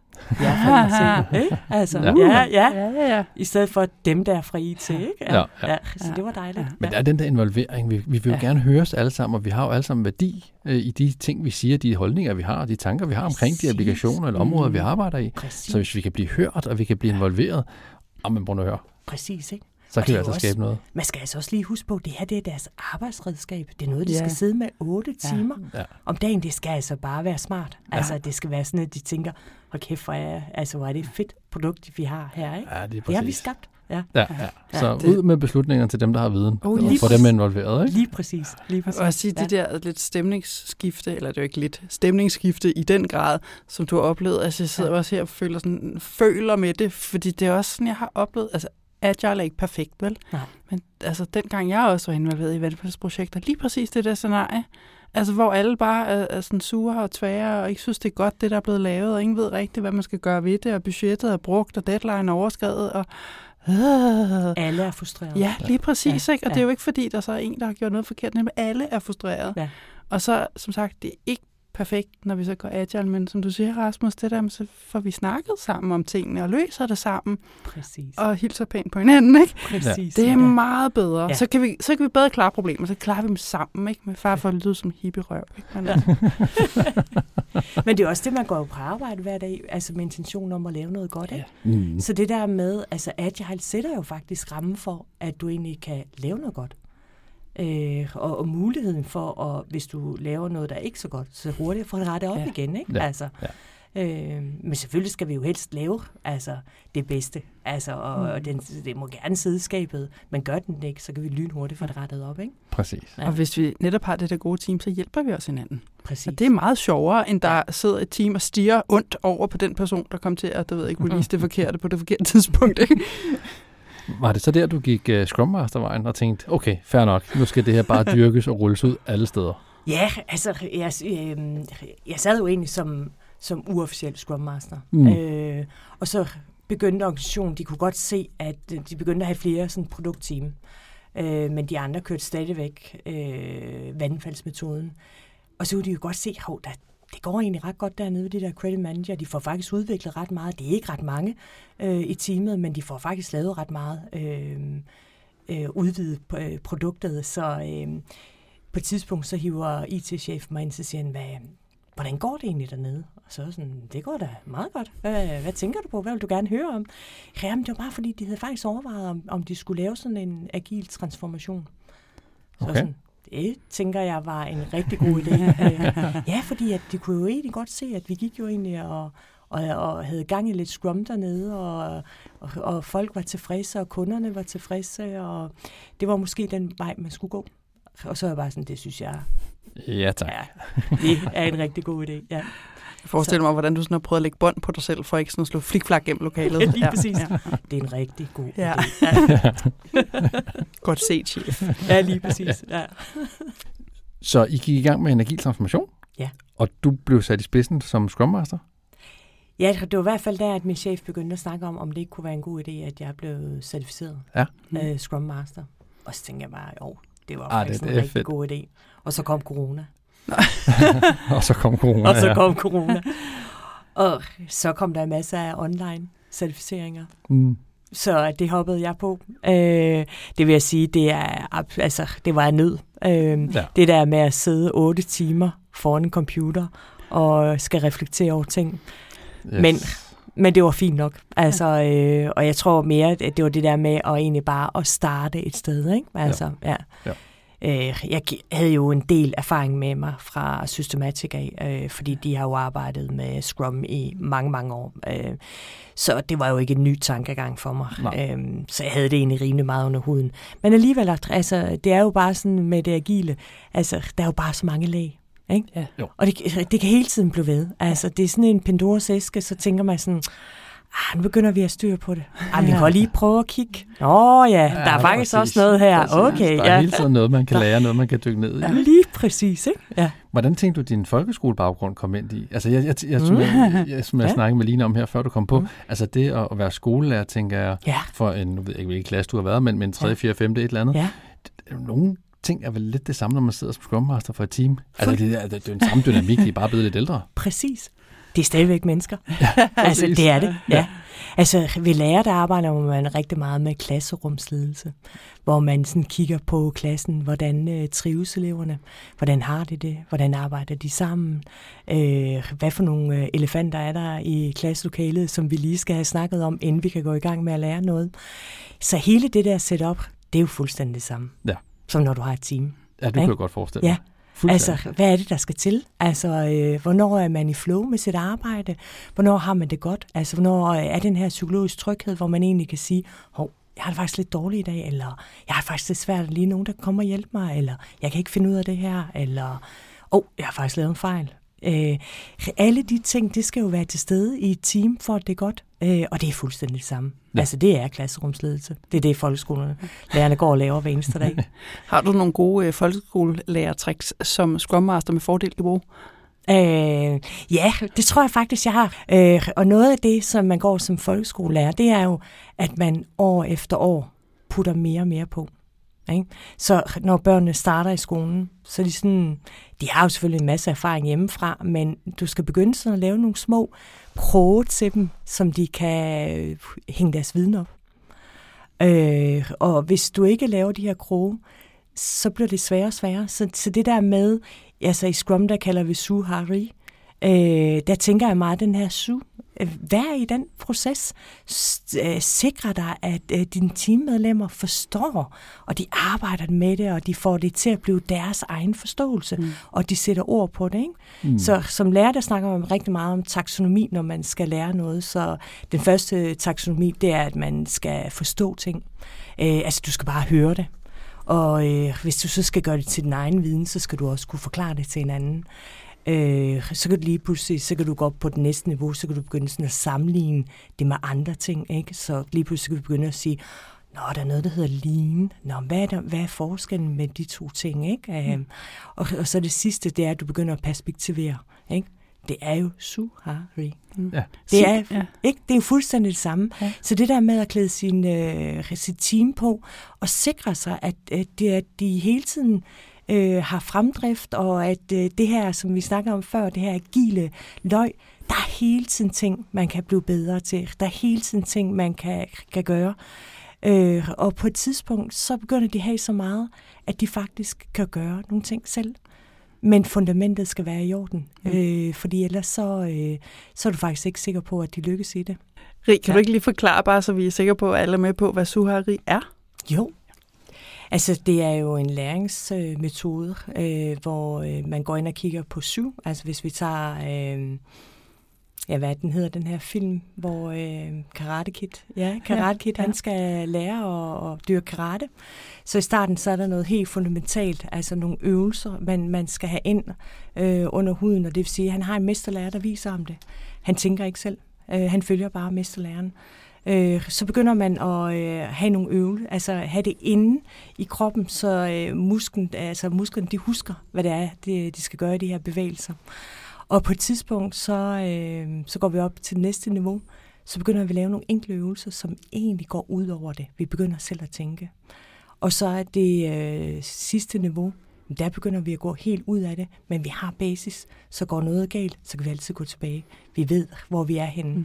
Altså, ja. I stedet for dem, der er fra IT, ikke? Ja. Så det var dejligt. Men der er den der involvering. Vi vil jo gerne høres alle sammen, og vi har jo alle sammen værdi i de ting, vi siger, de holdninger, vi har, de tanker, vi har omkring de applikationer eller områder, vi arbejder i. Præcis. Så hvis vi kan blive hørt, og vi kan blive involveret, men prøv at høre. Præcis, ikke? Så kan vi altså skabe noget. Man skal altså også lige huske på, at det her det er deres arbejdsredskab. Det er noget, de skal sidde med 8 timer om dagen. Det skal altså bare være smart. Altså, det skal være sådan, at de tænker, hold kæft, hvor er det et fedt produkt, vi har her, ikke? Ja, det har vi skabt. Ja. Så ud med beslutninger til dem, der har viden, og få dem involveret, ikke? Lige præcis. Og at sige, det der lidt stemningsskifte, eller det er jo ikke lidt stemningsskifte i den grad, som du har oplevet. Altså, jeg sidder også her og føler med det, fordi det er også sådan, jeg har oplevet, altså, Agile er ikke perfekt, vel? Nej. Men altså, dengang jeg også var involveret i velfærdsprojekter, lige præcis det der scenarie, altså, hvor alle bare er sådan sure og tvære, og ikke synes, det er godt, det der er blevet lavet, og ingen ved rigtigt, hvad man skal gøre ved det, og budgettet er brugt, og deadline er overskredet, og alle er frustrerede. Ja, lige præcis, ikke? Og det er jo ikke, fordi der så er en, der har gjort noget forkert, men alle er frustrerede. Ja. Og så, som sagt, det er ikke perfekt, når vi så går agile, men som du siger, Rasmus, det der, så får vi snakket sammen om tingene, og løser det sammen. Præcis. Og hilser pænt på hinanden, ikke? Præcis. Det er meget bedre. Ja. Så kan vi bedre klare problemer, så klarer vi dem sammen, ikke? Med far for at lyde som hippie-røv, ikke? Men det er også det, man går jo på arbejde hver dag, altså med intention om at lave noget godt, ikke? Ja. Mm. Så det der med, altså agile sætter jo faktisk rammen for, at du egentlig kan lave noget godt. Og muligheden for, at hvis du laver noget, der er ikke så godt, så hurtigt få det rettet op igen, ikke? Ja. Altså, men selvfølgelig skal vi jo helst lave det bedste, og det må gerne sidde i skabet, men gør den ikke, så kan vi lynhurtigt få det rettet op, ikke? Præcis. Ja. Og hvis vi netop har det der gode team, så hjælper vi også hinanden. Præcis. Og det er meget sjovere, end der sidder et team og stiger ondt over på den person, der kom til at, release det forkerte på det forkerte tidspunkt, ikke? Var det så der, du gik Scrum Master-vejen og tænkte, okay, fair nok, nu skal det her bare dyrkes og rulles ud alle steder? Ja, altså, jeg sad jo egentlig som uofficiel Scrum Master. Og så begyndte organisationen, de kunne godt se, at de begyndte at have flere sådan produktteam. Men de andre kørte stadigvæk vandfaldsmetoden. Og så kunne de jo godt se, at det går egentlig ret godt dernede, de der credit manager. De får faktisk udviklet ret meget. Det er ikke ret mange i teamet, men de får faktisk lavet ret meget udvidet produktet. Så på et tidspunkt, så hiver IT-chefen mig ind, så siger han, hvordan går det egentlig dernede? Og så sådan, det går da meget godt. Hvad tænker du på? Hvad vil du gerne høre om? Jamen, det var bare fordi, de havde faktisk overvejet, om de skulle lave sådan en agil transformation. Så sådan, det tænker jeg var en rigtig god idé. Ja, fordi at de kunne jo egentlig godt se, at vi gik jo egentlig og havde gang i lidt scrum dernede, og folk var tilfredse, og kunderne var tilfredse, og det var måske den vej, man skulle gå. Og så er jeg bare sådan, det synes jeg... Ja, tak. Ja, det er en rigtig god idé, ja. Jeg forestiller mig, hvordan du sådan har prøvet at lægge bånd på dig selv, for ikke sådan at slå flikflak gennem lokalet. Ja, lige præcis. Ja. Det er en rigtig god idé. Ja. Godt set, chef. Ja, lige præcis. Ja. Så I gik i gang med en agil transformation? Ja. Og du blev sat i spidsen som Scrum Master? Ja, det var i hvert fald der, at min chef begyndte at snakke om det ikke kunne være en god idé, at jeg blev certificeret Scrum Master. Og så tænkte jeg bare, det var faktisk en rigtig fedt. God idé. Og så kom corona. Og så kom corona. Og så kom der en masse af online certificeringer. Mm. Så det hoppede jeg på. Det vil jeg sige, det var en nød. Det der med at sidde 8 timer foran en computer og skal reflektere over ting. Yes. Men det var fint nok. Altså, og jeg tror mere, at det var det der med at egentlig bare at starte et sted. Ikke? Altså, ja. Jeg havde jo en del erfaring med mig fra Systematic af, fordi de har jo arbejdet med Scrum i mange, mange år. Så det var jo ikke en ny tankegang for mig. Så jeg havde det egentlig rimelig meget under huden. Men alligevel, altså, det er jo bare sådan med det agile, altså, der er jo bare så mange lag. Ikke? Ja. Og det kan hele tiden blive ved. Altså, det er sådan en Pandoras æske, så tænker man sådan... nu begynder vi at styre på det. Vi kan lige prøve at kigge. Der er faktisk også noget her. Okay, der er hele tiden noget, man kan lære, noget, man kan dykke ned i. Ja, lige præcis, ikke? Ja. Hvordan tænkte du, din folkeskolebaggrund kom ind i? Altså, som jeg snakkede med Line om her, før du kom på, altså det at være skolelærer, tænker jeg, for en, nu ved jeg ikke, hvilken klasse du har været, men 3., 4., 5., et eller andet. Ja. Nogle ting er vel lidt det samme, når man sidder som Scrum Master for et team. Altså, det er den samme dynamik, de er bare blevet lidt ældre. Præcis. Det er stadigvæk mennesker. Altså, det er det. Ja. Altså, ved lærer, der arbejder man rigtig meget med klasserumsledelse, hvor man sådan kigger på klassen, hvordan trives eleverne, hvordan har de det, hvordan arbejder de sammen, hvad for nogle elefanter er der i klasselokalet, som vi lige skal have snakket om, inden vi kan gå i gang med at lære noget. Så hele det der setup, det er jo fuldstændig det samme, som når du har et team. Ja, det kan jeg godt forestille mig. Altså, hvad er det, der skal til? Altså, hvornår er man i flow med sit arbejde? Hvornår har man det godt? Altså, hvornår er den her psykologisk tryghed, hvor man egentlig kan sige, jeg har det faktisk lidt dårligt i dag, eller jeg har faktisk lidt svært lige nogen, der kommer og hjælpe mig, eller jeg kan ikke finde ud af det her, eller jeg har faktisk lavet en fejl. Alle de ting, det skal jo være til stede i et team, for at det er godt. Og det er fuldstændig det samme. Ja. Altså, det er klasserumsledelse. Det er det, folkeskolerne lærerne går og laver hver eneste dag. Har du nogle gode folkeskolelærertricks, som Scrum Master med fordel kan bruge? Ja, det tror jeg faktisk, jeg har. Og noget af det, som man går som folkeskolelærer, det er jo, at man år efter år putter mere og mere på. Ikke? Så når børnene starter i skolen, så er de sådan, de har jo selvfølgelig en masse erfaring hjemmefra, men du skal begynde sådan at lave nogle små kroge til dem, som de kan hænge deres viden op. Og hvis du ikke laver de her kroge, så bliver det sværere og sværere. Så det der med, altså i Scrum, der kalder vi Su-Hari, der tænker jeg meget, den her Su. Vær i den proces. Sikre dig, at dine teammedlemmer forstår, og de arbejder med det, og de får det til at blive deres egen forståelse, og de sætter ord på det. Ikke? Så som lærer, der snakker man rigtig meget om taksonomi, når man skal lære noget. Så den første taksonomi, det er, at man skal forstå ting. Altså, du skal bare høre det. Og hvis du så skal gøre det til din egen viden, så skal du også kunne forklare det til en anden. Så kan du lige pludselig, så kan du gå op på det næste niveau, så kan du begynde sådan at sammenligne det med andre ting, ikke? Så lige pludselig kan du begynde at sige, der er noget, der hedder lean. Hvad er forskellen med de to ting, ikke? Og så det sidste, det er, at du begynder at perspektivere, ikke? det er jo Suhari. Ja. Det er, ikke? Det er jo fuldstændig det samme. Ja. Så det der med at klæde sit team på, og sikre sig, at de hele tiden har fremdrift, og at det her, som vi snakker om før, det her agile løg, der er hele tiden ting, man kan blive bedre til. Der er hele tiden ting, man kan gøre. Og på et tidspunkt, så begynder de at have så meget, at de faktisk kan gøre nogle ting selv. Men fundamentet skal være i orden. Fordi ellers så er du faktisk ikke sikker på, at de lykkes i det. Rig, kan du ikke lige forklare, bare så vi er sikre på, at alle er med på, hvad Suhari er? Jo. Altså, det er jo en læringsmetode, hvor man går ind og kigger på syv. Altså, hvis vi tager... hvad den hedder, den her film, hvor Karate Kid, han skal lære at dyrke karate. Så i starten, så er der noget helt fundamentalt, altså nogle øvelser, man skal have ind under huden, og det vil sige, at han har en mesterlærer, der viser ham det. Han tænker ikke selv. Han følger bare mesterlæreren. Så begynder man at have nogle øvelser, altså have det inde i kroppen, så musklerne, de husker, hvad det er, de skal gøre i de her bevægelser. Og på et tidspunkt, så går vi op til det næste niveau, så begynder vi at lave nogle enkle øvelser, som egentlig går ud over det. Vi begynder selv at tænke. Og så er det sidste niveau, der begynder vi at gå helt ud af det, men vi har basis, så går noget galt, så kan vi altid gå tilbage. Vi ved, hvor vi er henne.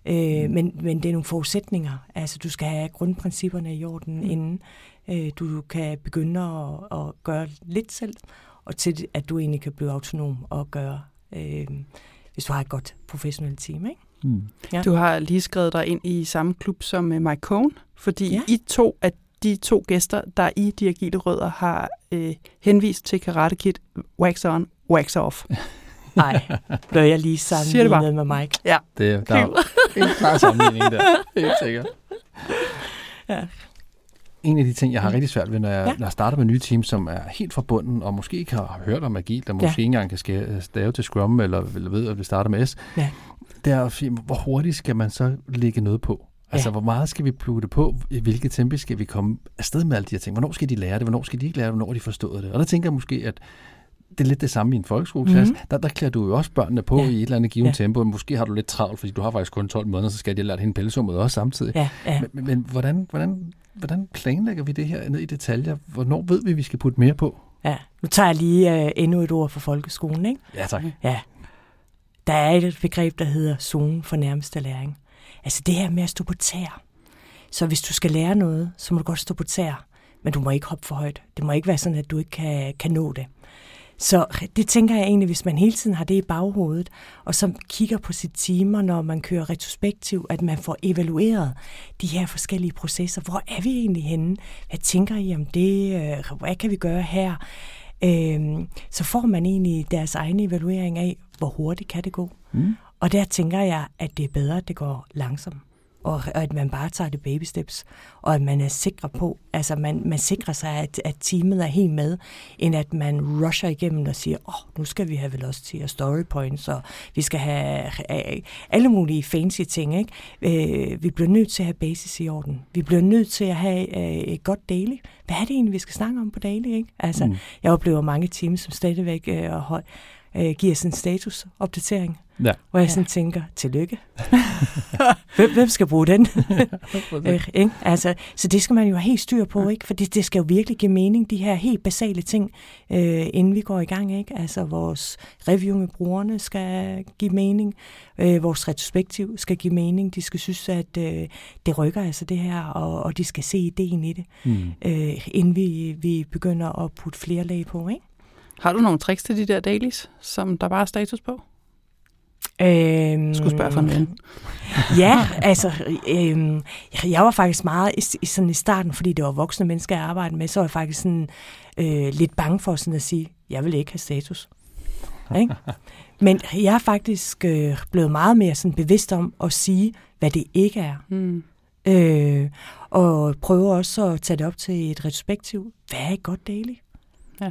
Men det er nogle forudsætninger. Altså, du skal have grundprincipperne i orden, inden du kan begynde at gøre lidt selv, og til at du egentlig kan blive autonom og gøre hvis du har et godt professionelt team, ikke? Ja. Du har lige skrevet dig ind i samme klub som Mike Cohn, fordi de to gæster, der i De Agile Rødder, har henvist til Karate Kid, wax on, wax off. Nej, bliver jeg lige sammenlignet med Mike. Ja. Der er en klar sammenligning der, helt sikkert. Ja. En af de ting, jeg har rigtig svært ved, når jeg starter med nye teams, som er helt forbundet, og måske ikke har hørt om agil, der måske ikke engang kan stave til Scrum, eller ved, at det starter med S, det er at sige, hvor hurtigt skal man så lægge noget på? Altså, hvor meget skal vi plukke det på? I hvilket tempo skal vi komme afsted med alle de her ting? Hvornår skal de lære det? Hvornår skal de ikke lære det? Hvornår har de forstået det? Og der tænker jeg måske, at det er lidt det samme i en folkeskoleklasse. Der klæder du jo også børnene på i et eller andet givet tempo. Måske har du lidt travlt, fordi du har faktisk kun 12 måneder, så skal de lære hende pelsummet også samtidig. Men hvordan planlægger vi det her ned i detaljer? Hvornår ved vi skal putte mere på? Ja, nu tager jeg lige endnu et ord for folkeskolen, ikke? Ja, tak. Ja. Der er et begreb, der hedder zonen for nærmeste læring. Altså det her med at stå på tæer. Så hvis du skal lære noget, så må du godt stå på tæer, men du må ikke hoppe for højt. Det må ikke være sådan, at du ikke kan nå det. Så det tænker jeg egentlig, hvis man hele tiden har det i baghovedet, og så kigger på sit timer, når man kører retrospektiv, at man får evalueret de her forskellige processer. Hvor er vi egentlig henne? Hvad tænker I om det? Hvad kan vi gøre her? Så får man egentlig deres egen evaluering af, hvor hurtigt kan det gå. Og der tænker jeg, at det er bedre, at det går langsomt. Og at man bare tager det baby steps, og at man er sikker på, altså man sikrer sig, at teamet er helt med, end at man rusher igennem og siger, nu skal vi have velocity og story points, og vi skal have alle mulige fancy ting, ikke? Vi bliver nødt til at have basis i orden. Vi bliver nødt til at have et godt daily. Hvad er det egentlig, vi skal snakke om på daily, ikke? Altså, jeg oplever mange teams, som stadigvæk giver sådan en statusopdatering. Ja. Hvor jeg sådan tænker, tillykke. Hvem skal bruge den? Altså, så det skal man jo have helt styr på, ikke? For det skal jo virkelig give mening, de her helt basale ting, inden vi går i gang, ikke? Altså, vores review med brugerne skal give mening, vores retrospektiv skal give mening, de skal synes, at det rykker altså det her, og de skal se ideen i det, inden vi begynder at putte flere lag på, ikke? Har du nogle tricks til de der dailies, som der bare er status på? Skulle spørge for en ven. Ja, altså, jeg var faktisk meget sådan i starten, fordi det var voksne mennesker, jeg arbejdede med, så var jeg faktisk sådan lidt bange for sådan at sige, jeg vil ikke have status. Ikke? Men jeg er faktisk blevet meget mere sådan bevidst om at sige, hvad det ikke er. Og prøver også at tage det op til et retrospektiv. Hvad er et godt daily? Ja.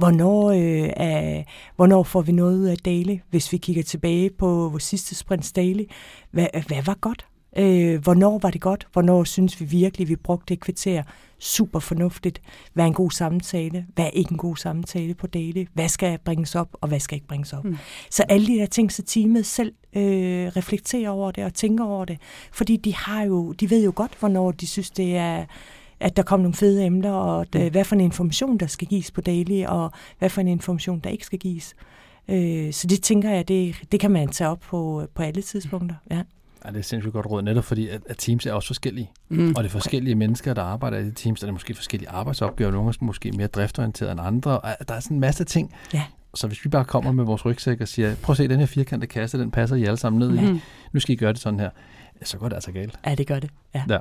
Hvornår får vi noget ud af daily, hvis vi kigger tilbage på vores sidste sprints daily? Hvad var godt? Hvornår var det godt? Hvornår synes vi virkelig, vi brugte et kvarter super fornuftigt? Hvad er en god samtale? Hvad er ikke en god samtale på daily? Hvad skal bringes op, og hvad skal ikke bringes op? Så alle de der ting, så teamet selv reflekterer over det og tænker over det. Fordi de ved jo godt, hvornår de synes, det er, at der kommer nogle fede emner, og hvad for en information, der skal gives på daily, og hvad for en information, der ikke skal gives. Så det tænker jeg, det kan man tage op på alle tidspunkter. Ja. Ja, det er sindssygt godt råd, netop fordi, at teams er også forskellige. Og det er forskellige mennesker, der arbejder i de teams, og det er måske forskellige arbejdsopgaver, nogle er måske mere driftorienterede end andre. Og der er sådan en masse ting. Ja. Så hvis vi bare kommer med vores rygsæk og siger, prøv at se, den her firkantede kasse, den passer I alle sammen ned i. Nu skal I gøre det sådan her. Så går det altså galt. Ja, det gør det. Ja.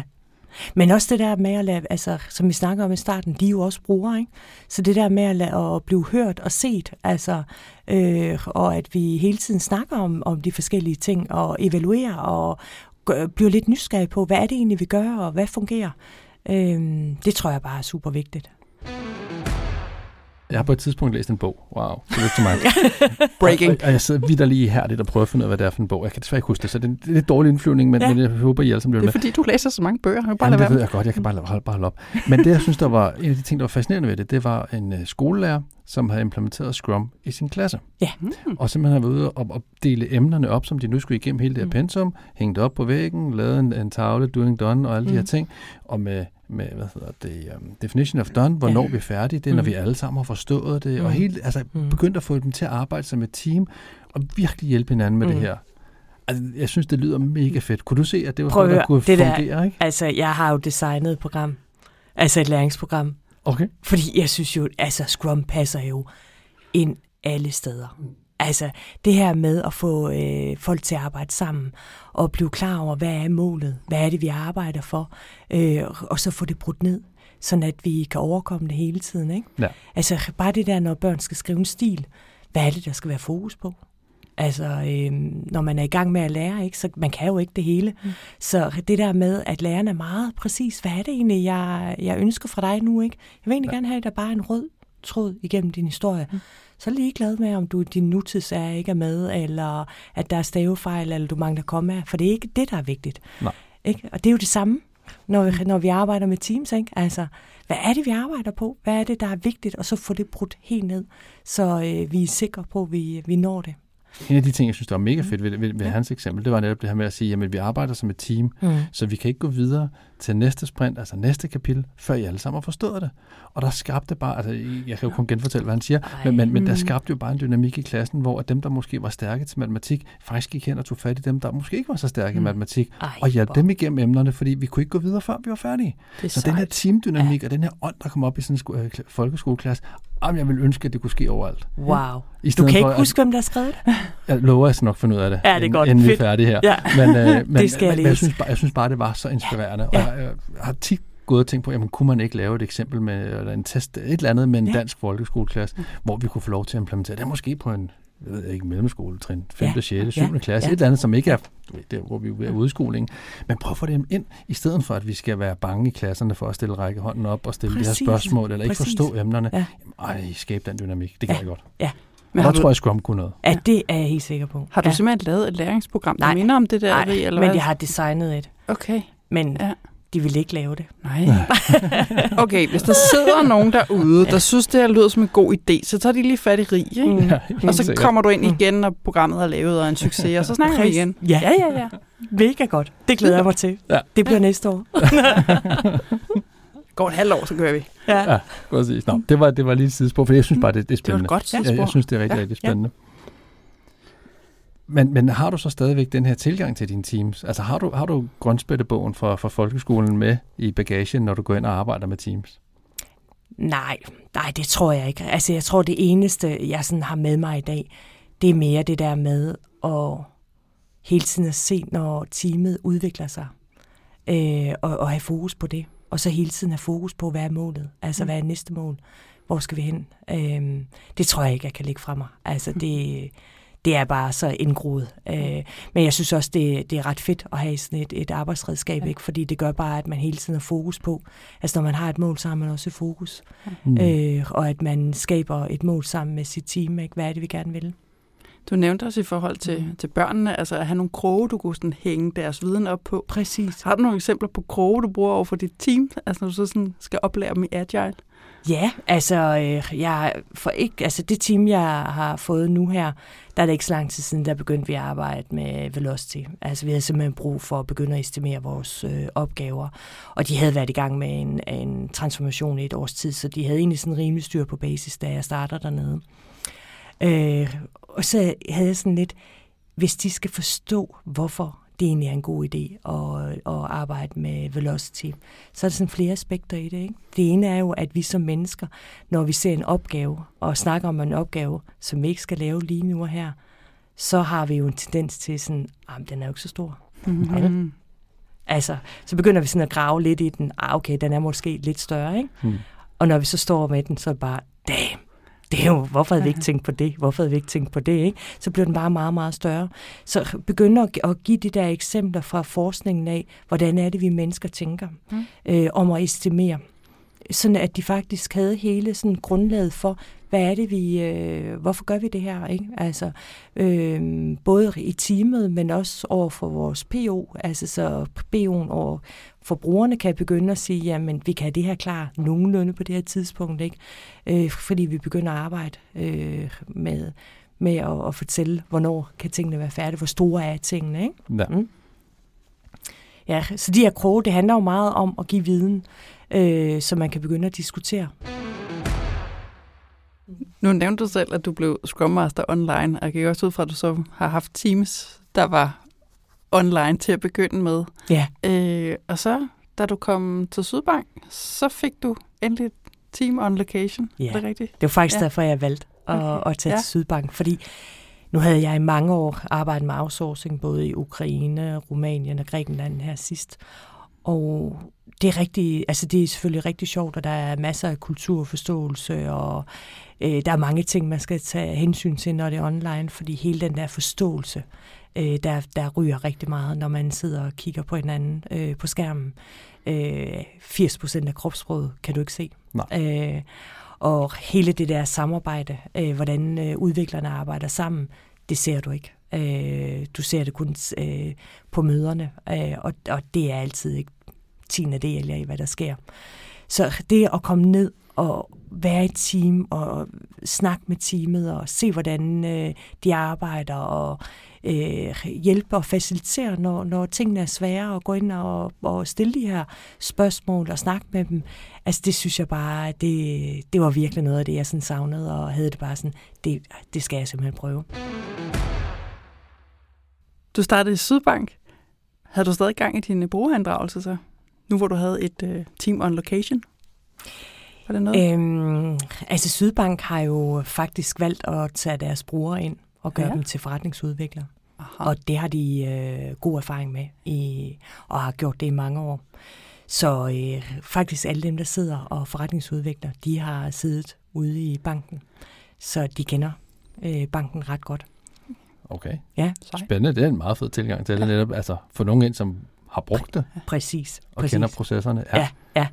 Men også det der med at lade, altså, som vi snakker om i starten, de er jo også brugere, ikke? Så det der med at blive hørt og set, altså, og at vi hele tiden snakker om de forskellige ting, og evaluerer, og bliver lidt nysgerrige på, hvad er det egentlig, vi gør, og hvad fungerer. Det tror jeg bare er super vigtigt. Jeg har på et tidspunkt læst en bog. Wow, det er til mig. Breaking. Og jeg sidder vidt lige her og prøver at finde ud af, hvad det er for en bog. Jeg kan desværre ikke huske det, så det er lidt dårlig indflyvning, men jeg håber, I alle sammen bliver med. Det er fordi, du læser så mange bøger. Det ved jeg godt, jeg kan bare holde op. Men det, jeg synes, der var en af de ting, der var fascinerende ved det, det var en skolelærer, som havde implementeret Scrum i sin klasse. Ja. Og simpelthen har været ude og dele emnerne op, som de nu skulle igennem hele det her pensum, hængt op på væggen, lavet en tavle, doing done og alle de her ting, og med definition of done, hvornår vi er færdige, det er, når vi alle sammen har forstået det, og helt, altså begyndt at få dem til at arbejde som et team, og virkelig hjælpe hinanden med det her. Altså, jeg synes, det lyder mega fedt. Kunne du se, at det var sådan, der kunne fungere, ikke? Altså, jeg har jo designet et program, altså et læringsprogram. Okay. Fordi jeg synes jo, altså Scrum passer jo ind alle steder. Altså det her med at få folk til at arbejde sammen og blive klar over, hvad er målet, hvad er det, vi arbejder for, og så få det brudt ned, sådan at vi kan overkomme det hele tiden. Ikke? Ja. Altså bare det der, når børn skal skrive en stil, hvad er det, der skal være fokus på? Altså, når man er i gang med at lære, ikke, så man kan jo ikke det hele. Så det der med, at læreren er meget præcis, hvad er det egentlig, jeg ønsker fra dig nu, ikke? Jeg vil egentlig gerne have, at der bare er en rød tråd igennem din historie. Så er jeg ligeglad med, om din nutidsager ikke er med, eller at der er stavefejl, eller du mangler kommaer, for det er ikke det, der er vigtigt. Nej. Ikke? Og det er jo det samme, når vi arbejder med teams, ikke? Altså, hvad er det, vi arbejder på? Hvad er det, der er vigtigt? Og så få det brudt helt ned, så vi er sikre på, at vi når det. En af de ting, jeg synes, der var mega fedt ved hans eksempel, det var netop det her med at sige, at vi arbejder som et team, så vi kan ikke gå videre til næste sprint, altså næste kapitel, før I alle sammen har forstået det. Og der skabte bare, altså jeg kan jo kun genfortælle, hvad han siger, men der skabte jo bare en dynamik i klassen, hvor dem, der måske var stærke til matematik, faktisk gik hen og tog fat i dem, der måske ikke var så stærke i matematik, og hjalp dem igennem emnerne, fordi vi kunne ikke gå videre, før vi var færdige. Så den her teamdynamik og den her ånd, der kom op i sådan en folkeskoleklasse, jeg vil ønske, at det kunne ske overalt. Wow. Du kan ikke huske, hvem der har skrevet det? Jeg lover, at jeg nok finde ud af det, ja, det er godt. Inden vi er færdige her. Ja. Men jeg synes bare, det var så inspirerende. Ja. Og jeg har tit gået og tænkt på, jamen kunne man ikke lave et eksempel med, eller en test, et eller andet med en dansk folkeskoleklasse, hvor vi kunne få lov til at implementere det. Er måske på en, jeg ved ikke, mellemskoletrin, 5., 6., 7. klasse, et eller andet, som ikke er der, hvor vi er udskolingen. Men prøv at få dem ind, i stedet for, at vi skal være bange i klasserne for at stille rækkehånden op og stille de her spørgsmål, eller ikke forstå emnerne. Ja. Jamen, skabe den dynamik. Det kan jeg godt. Ja. Men der tror jeg, Scrum kunne noget. Ja, det er jeg helt sikker på. Har du simpelthen lavet et læringsprogram, der minder om det der? Nej, eller men jeg har designet et. Okay. Men de vil ikke lave det. Nej. Okay, hvis der sidder nogen derude, der synes, det her lyder som en god idé, så tager de lige fat i Rig, ikke? Og så kommer du ind igen, når programmet er lavet og en succes, og så snakker vi igen. Ja. Mega godt. Det glæder jeg mig til. Ja. Det bliver næste år. Går et halvt år, så gør vi. Ja, præcis. Nå, det var lige et sidespor, for jeg synes bare, det er spændende. Det var et godt sidespor. Jeg synes, det er rigtig spændende. Men har du så stadigvæk den her tilgang til dine teams? Altså har du Grønspættebogen fra folkeskolen med i bagagen, når du går ind og arbejder med teams? Nej, det tror jeg ikke. Altså jeg tror, det eneste, jeg sådan har med mig i dag, det er mere det der med at hele tiden at se, når teamet udvikler sig, og have fokus på det. Og så hele tiden have fokus på, hvad er målet? Altså, hvad er næste mål? Hvor skal vi hen? Det tror jeg ikke, jeg kan lægge fra mig. Altså, det er bare så indgroet. Men jeg synes også, det er ret fedt at have sådan et arbejdsredskab, ikke? Fordi det gør bare, at man hele tiden har fokus på. Altså, når man har et mål, så har man også fokus. Og at man skaber et mål sammen med sit team, ikke? Hvad er det, vi gerne vil? Du nævnte også i forhold til børnene, altså at have nogle kroge, du kunne sådan hænge deres viden op på. Præcis. Har du nogle eksempler på kroge, du bruger over for dit team, altså når du så sådan skal oplære dem i Agile? Ja, altså, det team, jeg har fået nu her, der er det ikke så lang tid siden, der begyndte vi at arbejde med Velocity. Altså, vi havde simpelthen brug for at begynde at estimere vores opgaver, og de havde været i gang med en transformation i et års tid, så de havde egentlig sådan rimelig styr på basis, da jeg starter dernede. Og så havde jeg sådan lidt, hvis de skal forstå, hvorfor det egentlig er en god idé at arbejde med Velocity, så er der sådan flere aspekter i det, ikke? Det ene er jo, at vi som mennesker, når vi ser en opgave, og snakker om en opgave, som vi ikke skal lave lige nu og her, så har vi jo en tendens til sådan, den er jo ikke så stor. Mm-hmm. Altså, så begynder vi sådan at grave lidt i den, okay, den er måske lidt større, ikke? Og når vi så står med den, så er det bare, damn! Det er jo, hvorfor havde vi ikke tænkt på det? Hvorfor havde vi ikke tænkt på det? Ikke? Så bliver den bare meget, meget større. Så begynder at give de der eksempler fra forskningen af, hvordan er det, vi mennesker tænker om at estimere. Sådan at de faktisk havde hele sådan grundlaget for, hvad er det, hvorfor gør vi det her? Ikke? Altså, både i teamet, men også over for vores PO. Altså, så PO'en over for brugerne kan begynde at sige, jamen, vi kan have det her klar nogenlunde på det her tidspunkt, ikke? Fordi vi begynder at arbejde med at fortælle, hvornår kan tingene være færdige, hvor store er tingene, ikke? Ja. Ja, så de her kroge, det handler jo meget om at give viden, så man kan begynde at diskutere. Nu nævnte du selv, at du blev Scrum Master online, og jeg gik også ud fra, at du så har haft teams, der var online til at begynde med. Ja. Og så, da du kom til Sydbank, så fik du endelig et team on location. Ja. Er det rigtigt? Det var faktisk derfor, jeg valgte at tage til Sydbank, fordi nu havde jeg i mange år arbejdet med outsourcing, både i Ukraine, Rumænien og Grækenland her sidst. Og det er det er selvfølgelig rigtig sjovt, og der er masser af kulturforståelse, og der er mange ting, man skal tage hensyn til, når det er online, fordi hele den der forståelse, der ryger rigtig meget, når man sidder og kigger på hinanden på skærmen. 80% af kropssproget kan du ikke se. Og hele det der samarbejde, hvordan udviklerne arbejder sammen, det ser du ikke. Du ser det kun på møderne, og det er altid ikke 10. del af, hvad der sker. Så det at komme ned og være i et team og snakke med teamet og se, hvordan de arbejder og hjælpe og facilitere, når tingene er svære, og gå ind og stille de her spørgsmål og snakke med dem. Altså det synes jeg bare, det var virkelig noget af det, jeg sådan savnede, og havde det bare sådan, det skal jeg simpelthen prøve. Du startede i Sydbank. Havde du stadig gang i din brugerinddragelse så? Nu hvor du havde et team on location? Var det noget? Sydbank har jo faktisk valgt at tage deres brugere ind og gøre dem til forretningsudviklere. Aha. Og det har de god erfaring med, og har gjort det i mange år. Så faktisk alle dem, der sidder og forretningsudvikler, de har siddet ude i banken. Så de kender banken ret godt. Okay. Ja. Spændende. Det er en meget fed tilgang til det netop. Altså få nogen ind, som har brugt det. Præcis. Og kender processerne. Ja.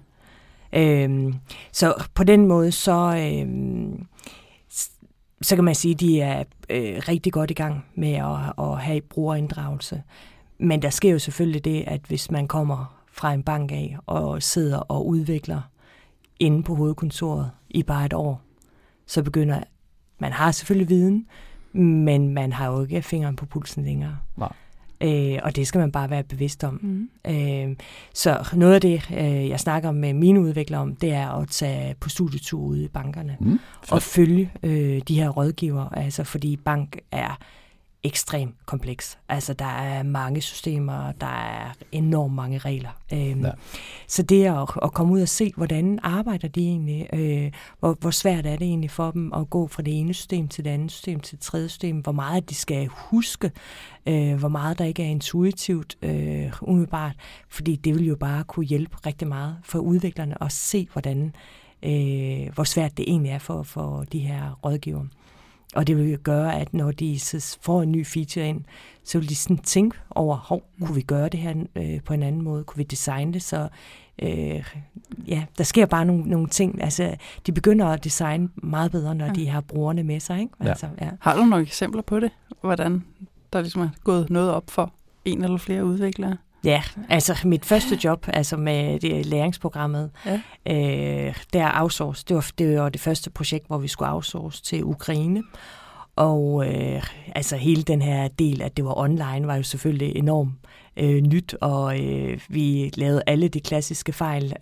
Så på den måde, så kan man sige, at de er rigtig godt i gang med at have brugerinddragelse. Men der sker jo selvfølgelig det, at hvis man kommer fra en bank af og sidder og udvikler inde på hovedkontoret i bare et år, så begynder man har selvfølgelig viden, men man har jo ikke fingeren på pulsen længere. Nej. Og det skal man bare være bevidst om. Så noget af det, jeg snakker med mine udviklere om, det er at tage på studietur ude i bankerne og følge de her rådgivere, altså fordi bank er ekstremt kompleks. Altså der er mange systemer, der er enormt mange regler. Så det at komme ud og se, hvordan arbejder de egentlig, hvor svært er det egentlig for dem at gå fra det ene system til det andet system til det tredje system, hvor meget de skal huske, hvor meget der ikke er intuitivt umiddelbart, fordi det vil jo bare kunne hjælpe rigtig meget for udviklerne at se, hvor svært det egentlig er for de her rådgivere. Og det vil jo gøre, at når de får en ny feature ind, så vil de sådan tænke over, kunne vi gøre det her på en anden måde? Kunne vi designe det, så der sker bare nogle ting. Altså, de begynder at designe meget bedre, når de har brugerne med sig. Ikke? Altså, Har du nogle eksempler på det? Hvordan der ligesom er gået noget op for en eller flere udviklere? Ja, altså mit første job, altså med det læringsprogrammet, der outsource, det var det første projekt, hvor vi skulle outsource til Ukraine. Og altså hele den her del, at det var online, var jo selvfølgelig enormt nyt, og vi lavede alle de klassiske fejl.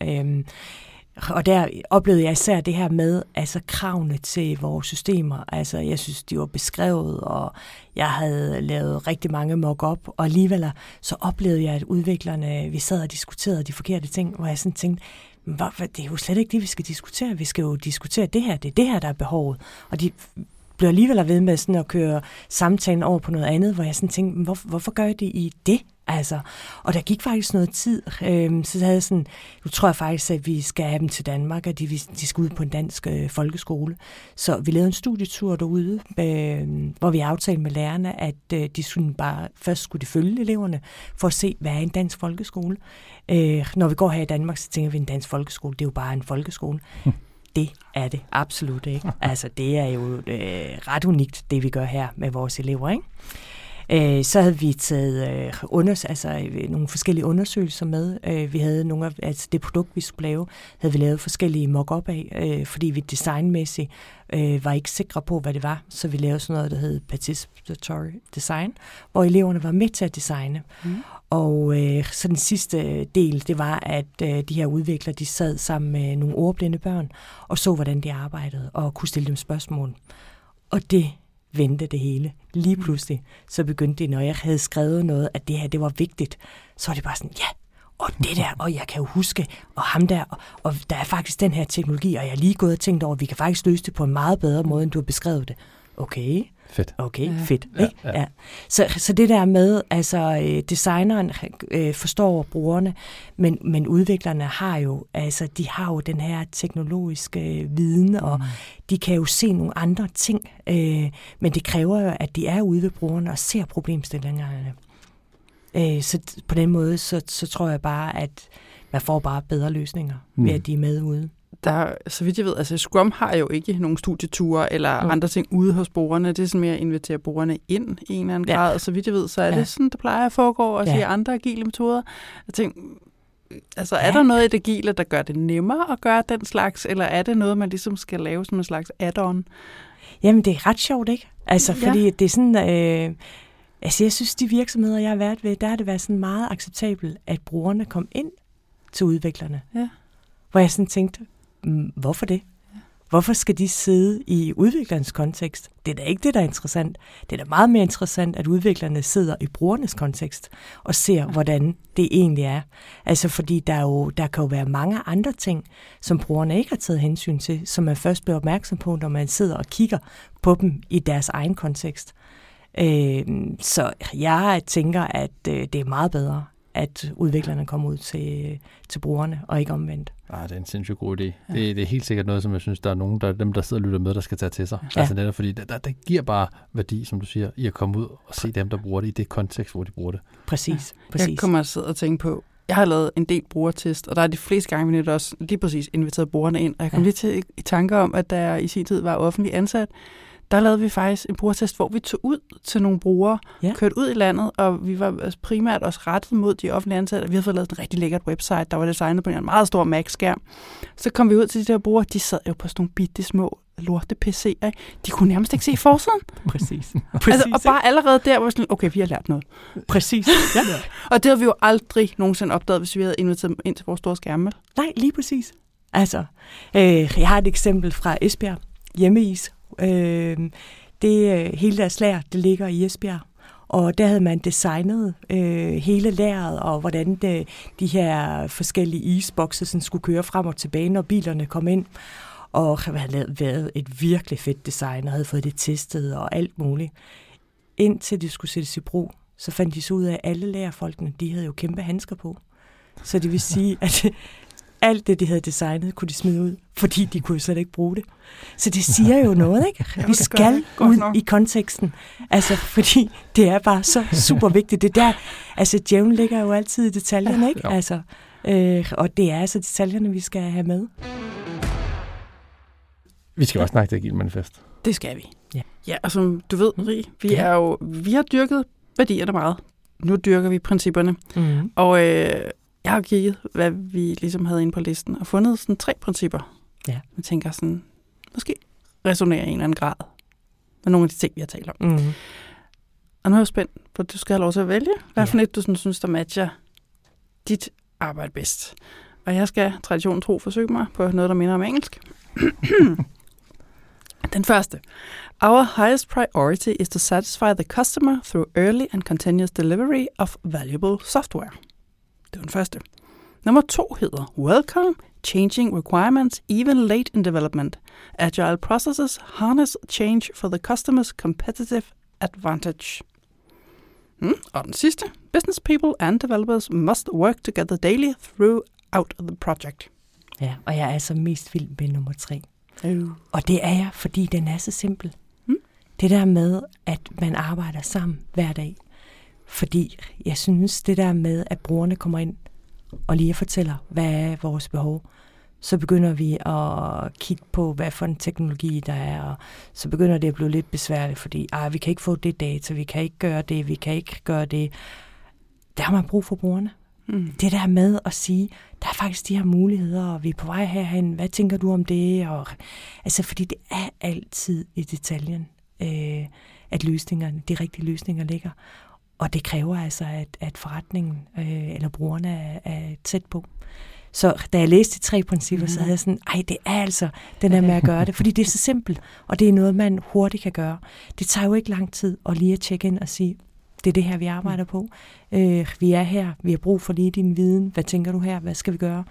Og der oplevede jeg især det her med altså kravene til vores systemer. Altså jeg synes, de var beskrevet, og jeg havde lavet rigtig mange mock-up, og alligevel så oplevede jeg, at udviklerne, vi sad og diskuterede de forkerte ting, hvor jeg sådan tænkte, det er jo slet ikke det, vi skal diskutere. Vi skal jo diskutere det her, det er det her, der er behovet. Og de blev alligevel ved med sådan at køre samtalen over på noget andet, hvor jeg sådan tænkte, hvorfor gør de i det? Altså, og der gik faktisk noget tid, så havde jeg sådan, nu tror jeg faktisk, at vi skal have dem til Danmark, og de skal ud på en dansk folkeskole. Så vi lavede en studietur derude, hvor vi aftalte med lærerne, at de skulle først skulle følge eleverne, for at se, hvad er en dansk folkeskole. Når vi går her i Danmark, så tænker vi, en dansk folkeskole, det er jo bare en folkeskole. Det er det absolut ikke. Altså, det er jo ret unikt, det vi gør her med vores elever, ikke? Så havde vi taget nogle forskellige undersøgelser med. Vi havde det produkt, vi skulle lave, havde vi lavet forskellige mock-up af, fordi vi designmæssigt var ikke sikre på, hvad det var. Så vi lavede sådan noget, der hed participatory design, hvor eleverne var med til at designe. Og så den sidste del, det var, at de her udviklere, de sad sammen med nogle ordblinde børn, og så, hvordan de arbejdede, og kunne stille dem spørgsmål. Og det vendte det hele. Lige pludselig, så begyndte det, når jeg havde skrevet noget, at det her, det var vigtigt, så var det bare sådan, ja, og det der, og jeg kan jo huske, og ham der, og der er faktisk den her teknologi, og jeg er lige gået og tænkt over, at vi kan faktisk løse det på en meget bedre måde, end du har beskrevet det. Okay. Fedt. Okay, fedt. Ikke? Ja. Så det der med, altså designeren forstår brugerne, men udviklerne har jo, altså de har jo den her teknologiske viden, og de kan jo se nogle andre ting, men det kræver jo, at de er ude ved brugerne og ser problemstillingerne. Så på den måde, så tror jeg bare, at man får bare bedre løsninger ved, at de er med ude. Der, så vidt jeg ved, altså Scrum har jo ikke nogen studieture eller andre ting ude hos brugerne. Det er sådan mere at invitere brugerne ind i en eller anden grad. Og så vidt jeg ved, så er det sådan, det plejer at foregå, og i andre agile metoder. Jeg tænker, altså er der noget i det agile, der gør det nemmere at gøre den slags, eller er det noget, man ligesom skal lave som en slags add-on? Jamen, det er ret sjovt, ikke? Altså, fordi det er sådan, altså jeg synes, de virksomheder, jeg har været ved, der har det været sådan meget acceptabelt, at brugerne kom ind til udviklerne. Ja. Hvor jeg sådan tænkte, hvorfor det? Hvorfor skal de sidde i udviklerens kontekst? Det er da ikke det, der er interessant. Det er da meget mere interessant, at udviklerne sidder i brugernes kontekst og ser, hvordan det egentlig er. Altså fordi der kan jo være mange andre ting, som brugerne ikke har taget hensyn til, som man først bliver opmærksom på, når man sidder og kigger på dem i deres egen kontekst. Så jeg tænker, at det er meget bedre, at udviklerne kommer ud til brugerne, og ikke omvendt. Det er en sindssygt god idé. Ja. Det er helt sikkert noget, som jeg synes, der er nogen, dem der sidder og lytter med, der skal tage til sig. Ja. Altså netop fordi, det giver bare værdi, som du siger, i at komme ud og se dem, der bruger det i det kontekst, hvor de bruger det. Præcis. Jeg kommer til at tænke på, jeg har lavet en del brugertest, og der er de fleste gange, vi også lige præcis inviteret brugerne ind, og jeg kom lige til i tanke om, at der i sin tid var offentlig ansat, der lavede vi faktisk en brugertest, hvor vi tog ud til nogle brugere, kørte ud i landet, og vi var primært også rettet mod de offentlige ansatte. Vi havde fået lavet en rigtig lækkert website, der var designet på en meget stor Mac-skærm. Så kom vi ud til de der brugere, de sad jo på sådan nogle bitte små lorte PC'er. De kunne nærmest ikke se forsiden. Præcis. Altså, og bare allerede der var sådan, okay, vi har lært noget. Præcis. Ja. Og det havde vi jo aldrig nogensinde opdaget, hvis vi havde inviteret dem ind til vores store skærme. Nej, lige præcis. Altså, jeg har et eksempel fra Esbjerg, Hjemmeis. Hele deres lager, det ligger i Esbjerg, og der havde man designet hele lageret, og hvordan de her forskellige isbokse sådan skulle køre frem og tilbage, når bilerne kom ind, og havde været et virkelig fedt design, og havde fået det testet og alt muligt. Indtil de skulle sættes i brug, så fandt de så ud af, at alle lagerfolkene, de havde jo kæmpe handsker på. Så det vil sige, at alt det, de havde designet, kunne de smide ud, fordi de kunne slet ikke bruge det. Så det siger jo noget, ikke? Vi skal ud i konteksten. Altså, fordi det er bare så super vigtigt. Det der, altså, djævlen ligger jo altid i detaljen, ikke? Altså, Og det er altså detaljerne, vi skal have med. Vi skal også snakke det agile manifest. Det skal vi. Ja. Ja, og som du ved, Rie, vi har dyrket værdierne meget. Nu dyrker vi principperne. Mm. Og jeg har kigget, hvad vi ligesom havde inde på listen, og fundet sådan 3 principper. Ja. Jeg tænker sådan, måske resonerer i en eller anden grad med nogle af de ting, vi har talt om. Mm. Og nu er jeg spændt, for du skal have lov til at vælge, hvad for et du sådan, synes, der matcher dit arbejde bedst. Og jeg skal traditionen tro forsøge mig på noget, der minder om engelsk. Den første. Our highest priority is to satisfy the customer through early and continuous delivery of valuable software. Det var den første. Nummer 2 hedder Welcome changing requirements even late in development. Agile processes harness change for the customer's competitive advantage. Og den sidste. Business people and developers must work together daily throughout the project. Ja, og jeg er altså mest vild med nummer 3. Og det er jeg, fordi den er så simpel. Det der med, at man arbejder sammen hver dag. Fordi jeg synes, det der med, at brugerne kommer ind og lige fortæller, hvad er vores behov, så begynder vi at kigge på, hvad for en teknologi der er, og så begynder det at blive lidt besværligt, fordi vi kan ikke få det data, vi kan ikke gøre det, vi kan ikke gøre det. Der har man brug for brugerne. Det der med at sige, der er faktisk de her muligheder, og vi er på vej herhen, hvad tænker du om det? Og, altså, fordi det er altid i detaljen, at løsningerne, de rigtige løsninger ligger. Og det kræver altså, at forretningen eller brugerne er tæt på. Så da jeg læste de 3 principper, så havde jeg sådan, det er altså den der med at gøre det, fordi det er så simpelt, og det er noget, man hurtigt kan gøre. Det tager jo ikke lang tid at lige at tjekke ind og sige, det er det her, vi arbejder på. Vi er her, vi har brug for lige din viden. Hvad tænker du her? Hvad skal vi gøre?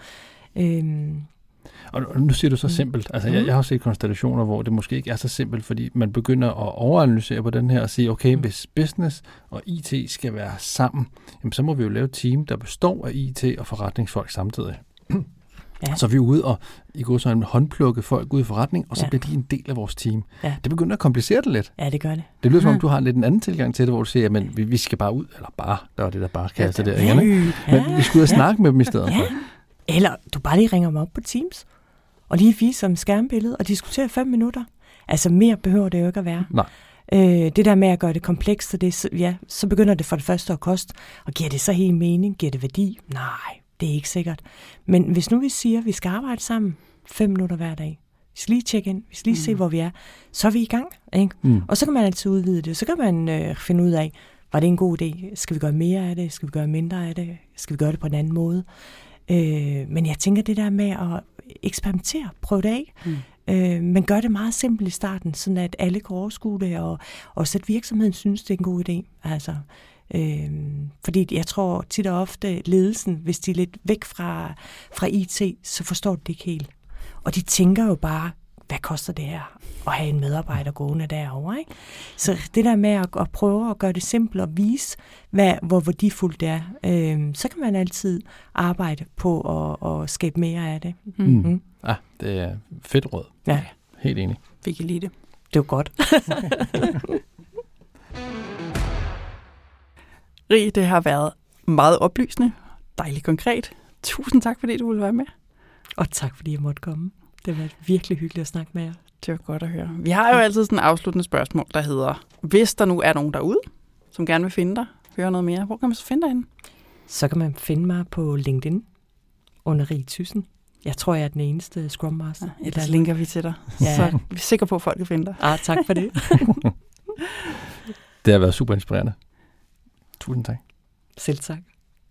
Og nu siger du så simpelt. Altså, jeg har set konstellationer, hvor det måske ikke er så simpelt, fordi man begynder at overanalysere på den her og sige, okay, hvis business og IT skal være sammen, jamen, så må vi jo lave et team, der består af IT og forretningsfolk samtidig. Ja. Så er vi ude og i går så en håndplukke folk ud i forretning, og så bliver de en del af vores team. Ja. Det begynder at komplicere det lidt. Ja, det gør det. Det lyder som om, du har lidt en anden tilgang til det, hvor du siger, men vi skal bare ud, eller bare, der var det der bare kasse der. Ja. Men vi skulle ud og snakke med dem i stedet for. Eller du bare lige ringer dem op på Teams, og lige vise dem skærmbillede, og diskutere 5 minutter. Altså mere behøver det jo ikke at være. Nej. Det der med at gøre det komplekst, så begynder det for det første at koste, og giver det så helt mening? Giver det værdi? Nej. Det er ikke sikkert. Men hvis nu vi siger, at vi skal arbejde sammen 5 minutter hver dag, vi skal lige tjekke ind, vi skal lige se, hvor vi er, så er vi i gang. Ikke? Og så kan man altid udvide det. Så kan man finde ud af, var det en god idé? Skal vi gøre mere af det? Skal vi gøre mindre af det? Skal vi gøre det på en anden måde? Men jeg tænker det der med at eksperimentere, prøve det af. Men gør det meget simpelt i starten, sådan at alle kan overskue det, og også at virksomheden synes, det er en god idé. Altså, fordi jeg tror tit og ofte ledelsen, hvis de er lidt væk fra IT, så forstår de det ikke helt. Og de tænker jo bare, hvad koster det her at have en medarbejder gående derovre, ikke? Så det der med at prøve at gøre det simpelt og vise, hvor værdifuldt det er, så kan man altid arbejde på at skabe mere af det. Ja, det er fedt råd. Ja. Helt enig. Vi kan lide det. Det er jo godt. Rie, det har været meget oplysende, dejligt konkret. Tusind tak, fordi du ville være med. Og tak, fordi jeg måtte komme. Det var virkelig hyggeligt at snakke med jer. Det var godt at høre. Vi har jo altid sådan et afsluttende spørgsmål, der hedder, hvis der nu er nogen derude, som gerne vil finde dig, høre noget mere, hvor kan man så finde dig henne? Så kan man finde mig på LinkedIn under Rie Thyssen. Jeg tror, jeg er den eneste Scrum Master. Ja, ellers linker vi til dig, ja. Så vi er sikre på, at folk kan finde dig. Tak for det. Det har været super inspirerende. Tusind tak. Selv tak.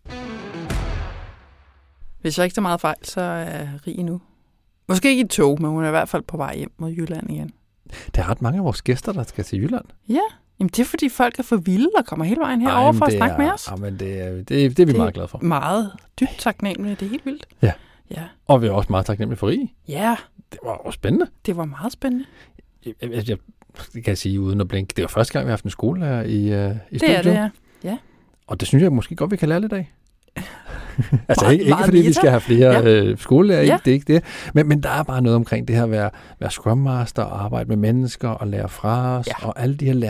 Hvis jeg ikke så meget fejl, så er Rie nu. Måske ikke i tog, men hun er i hvert fald på vej hjem mod Jylland igen. Der er ret mange af vores gæster, der skal til Jylland. Ja, jamen det er fordi folk er for vilde og kommer hele vejen herover for at snakke med os. Men det er vi meget glade for. Meget dybt taknemmelige, det er helt vildt. Ja. Ja. Og vi er også meget taknemmelige for Rie. Ja. Det var også spændende. Det var meget spændende. Jeg kan sige uden at blinke, det var første gang, vi har haft en skolelærer i studiet. Det er det, ja. Og det synes jeg måske godt, vi kan lære lidt af. Altså ikke fordi vi skal have flere skolelærer, det er ikke det. Men der er bare noget omkring det her at være Scrum Master og arbejde med mennesker og lære fra os, og alle de her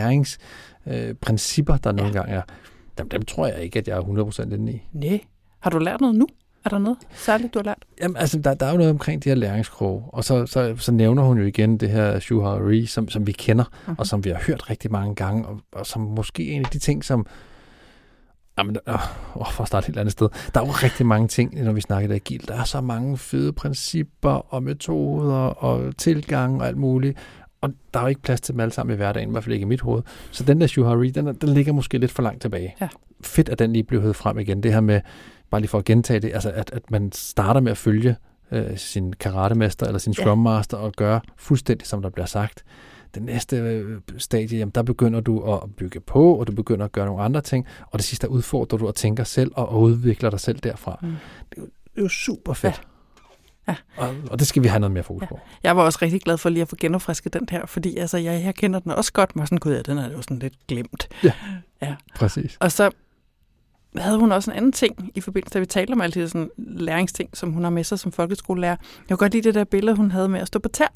læringsprincipper, der nogle gange er. Dem tror jeg ikke, at jeg er 100% inde i. Nej. Har du lært noget nu? Er der noget særligt, du har lært? Jamen, altså, der er jo noget omkring de her læringskroge, og så nævner hun jo igen det her Shuhari, som vi kender, og som vi har hørt rigtig mange gange, og som måske er en af de ting, som... Jamen, for at starte et helt andet sted. Der er jo rigtig mange ting, når vi snakker agil. Der er så mange fede principper og metoder og tilgang og alt muligt, og der er jo ikke plads til dem alle sammen i hverdagen, i hvert fald ikke i mit hoved. Så den der Shuhari, den ligger måske lidt for langt tilbage. Ja. Fedt, at den lige blev høvet frem igen. Det her med, bare lige for at gentage det, altså at man starter med at følge sin karatemester eller sin scrum master og gøre fuldstændig, som der bliver sagt. Det næste stadie, jamen, der begynder du at bygge på, og du begynder at gøre nogle andre ting, og det sidste udfordrer du at tænke selv og udvikler dig selv derfra. Det er jo super fedt. Ja. Og det skal vi have noget mere fokus på. Jeg var også rigtig glad for lige at få genopfrisket den her, fordi altså, jeg kender den også godt, men sådan, gud, den er jo sådan lidt glemt. Ja, præcis. Og så havde hun også en anden ting i forbindelse, da vi talte om alle de sådan læringsting, som hun har med sig som folkeskolelærer. Jeg kunne godt lide det der billede, hun havde med at stå på tær.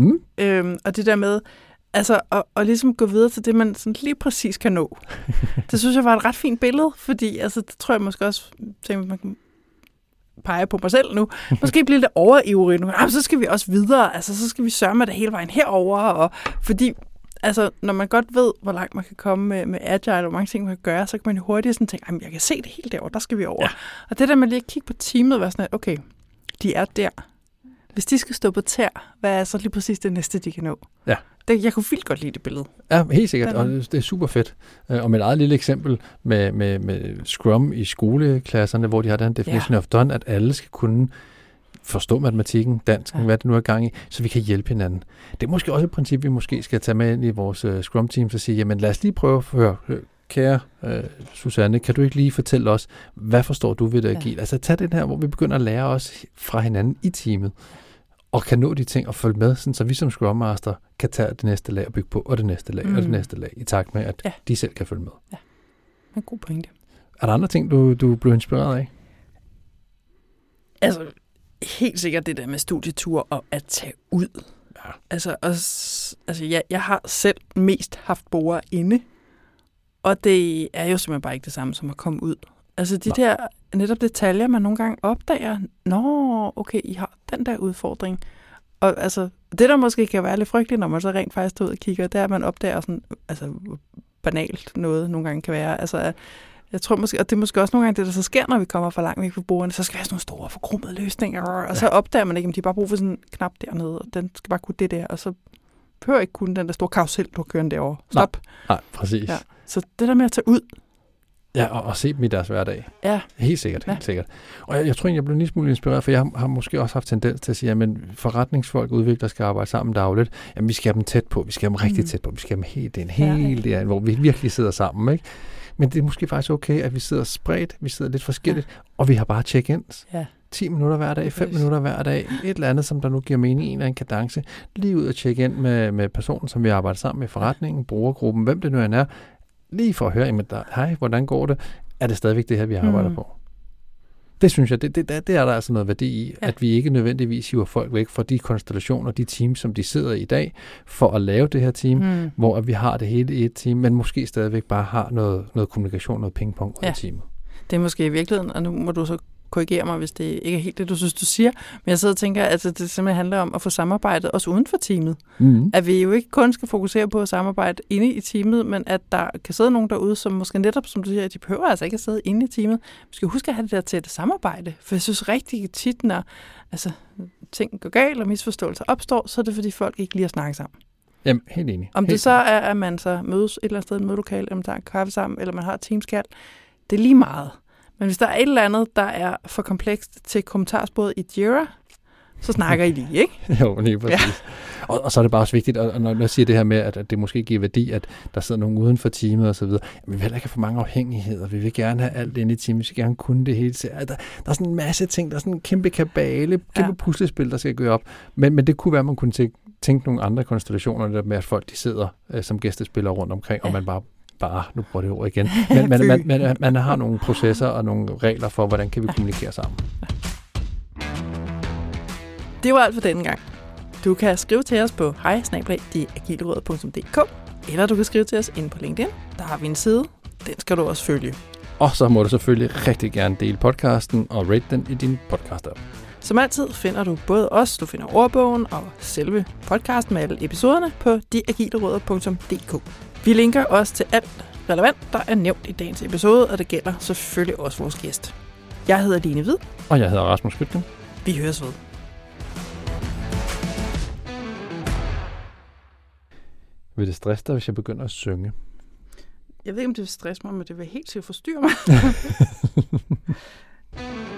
Og det der med altså at ligesom gå videre til det, man sådan lige præcis kan nå. Det synes jeg var et ret fint billede, fordi altså, det tror jeg måske også, tænker, man kan pege på mig selv nu, måske blive lidt overivrig nu. Så skal vi også videre, altså så skal vi sørge med det hele vejen herover, og fordi altså, når man godt ved, hvor langt man kan komme med agile, og hvor mange ting man kan gøre, så kan man jo hurtigt sådan tænke, jeg kan se det hele derovre, der skal vi over. Ja. Og det der med lige at kigge på teamet, var sådan, at okay, de er der. Hvis de skal stå på tær, hvad er så lige præcis det næste, de kan nå? Ja. Jeg kunne vildt godt lide det billede. Ja, helt sikkert, og det er super fedt. Og med et eget lille eksempel med Scrum i skoleklasserne, hvor de har den definition of done, at alle skal kunne forstå matematikken, dansken, hvad det nu er gang i, så vi kan hjælpe hinanden. Det er måske også et princip, vi måske skal tage med ind i vores Scrum-team, og sige, jamen lad os lige prøve at høre, kære Susanne, kan du ikke lige fortælle os, hvad forstår du ved det agil? Altså tag den her, hvor vi begynder at lære os fra hinanden i teamet, og kan nå de ting og følge med, sådan, så vi som Scrum Master kan tage det næste lag og bygge på, og det næste lag, og det næste lag, i takt med, at de selv kan følge med. Ja, en god pointe. Er der andre ting, du blev inspireret af? Altså, helt sikkert det der med studietur og at tage ud. Ja. Altså jeg har selv mest haft borde inde, og det er jo simpelthen bare ikke det samme som at komme ud. Altså de der netop detaljer, man nogle gange opdager, okay, I har den der udfordring. Og altså, det der måske kan være lidt frygteligt, når man så rent faktisk tager ud og kigger, det er, at man opdager sådan, altså banalt noget nogle gange kan være. Altså, jeg tror måske, og det er måske også nogle gange det, der så sker, når vi kommer for langt væk fra bordene, så skal vi have sådan nogle store, forkromede løsninger, og så opdager man ikke, at de bare bruger for sådan en knap dernede, og den skal bare kunne det der, og så behøver ikke kun den der store karusel, du kører derovre. Stop. Nej, præcis. Ja. Så det der med at tage ud. Ja, og se dem i deres hverdag. Ja. Helt sikkert, helt sikkert. Og jeg tror egentlig, jeg blev en lille smule inspireret, for jeg har måske også haft tendens til at sige, at forretningsfolk, udviklere skal arbejde sammen dagligt. Jamen, vi skal have dem tæt på, vi skal have dem rigtig tæt på, vi skal have dem helt ind, hvor vi virkelig sidder sammen, ikke? Men det er måske faktisk okay, at vi sidder spredt, vi sidder lidt forskelligt, og vi har bare check-ins. Ja. 10 minutter hver dag, 5 minutter hver dag, et eller andet, som der nu giver mening, en eller anden kadence. Lige ud og tjekke ind med personen, som vi arbejder sammen med i forretningen, brugergruppen, hvem det nu end er. Lige for at høre, hej, hvordan går det? Er det stadigvæk det her, vi arbejder på? Det synes jeg, det er der altså noget værdi i, at vi ikke nødvendigvis hiver folk væk fra de konstellationer, de teams, som de sidder i dag, for at lave det her team, hvor at vi har det hele i et team, men måske stadigvæk bare har noget kommunikation, noget pingpong ud af teamet. Det er måske i virkeligheden, og nu må du så korrigere mig, hvis det ikke er helt det, du synes, du siger. Men jeg sidder og tænker, at det simpelthen handler om at få samarbejdet også uden for teamet. At vi jo ikke kun skal fokusere på at samarbejde inde i teamet, men at der kan sidde nogen derude, som måske netop, som du siger, de behøver altså ikke at sidde inde i teamet. Vi skal huske at have det der tætte samarbejde. For jeg synes rigtig tit, når ting går galt og misforståelser opstår, så er det fordi folk ikke lige har snakket sammen. Jamen, helt enig. Om det så er, at man så mødes et eller andet sted i et mødelokale, eller man tager en kaffe sammen, eller man har et teamskald, det er lige meget. Men hvis der er et eller andet, der er for komplekst til kommentarsporet i Jira, så snakker I lige, ikke? Jo, lige præcis. Ja. Og så er det bare også vigtigt, og når jeg siger det her med, at det måske giver værdi, at der sidder nogen uden for teamet og så videre. Vi vil heller ikke have for mange afhængigheder. Vi vil gerne have alt inde i teamet. Vi vil gerne kunne det hele. Der er sådan en masse ting. Der er sådan en kæmpe kabale, kæmpe puslespil, der skal gå op. Men det kunne være, at man kunne tænke nogle andre konstellationer, der med, at folk de sidder som gæstespillere rundt omkring, og man bare, nu bruger det ord igen, men man har nogle processer og nogle regler for, hvordan kan vi kommunikere sammen. Det var alt for denne gang. Du kan skrive til os på hej@deagilrådet.dk, eller du kan skrive til os inde på LinkedIn. Der har vi en side. Den skal du også følge. Og så må du selvfølgelig rigtig gerne dele podcasten og rate den i din podcast-app. Som altid finder du både os, du finder ordbogen og selve podcasten med alle episoderne på deagilerødder.dk. Vi linker også til alt relevant, der er nævnt i dagens episode, og det gælder selvfølgelig også vores gæst. Jeg hedder Line Hvid. Og jeg hedder Rasmus Skytgen. Vi høres ved. Vil det stresse dig, hvis jeg begynder at synge? Jeg ved ikke, om det vil stresse mig, men det vil helt sikkert forstyrre mig.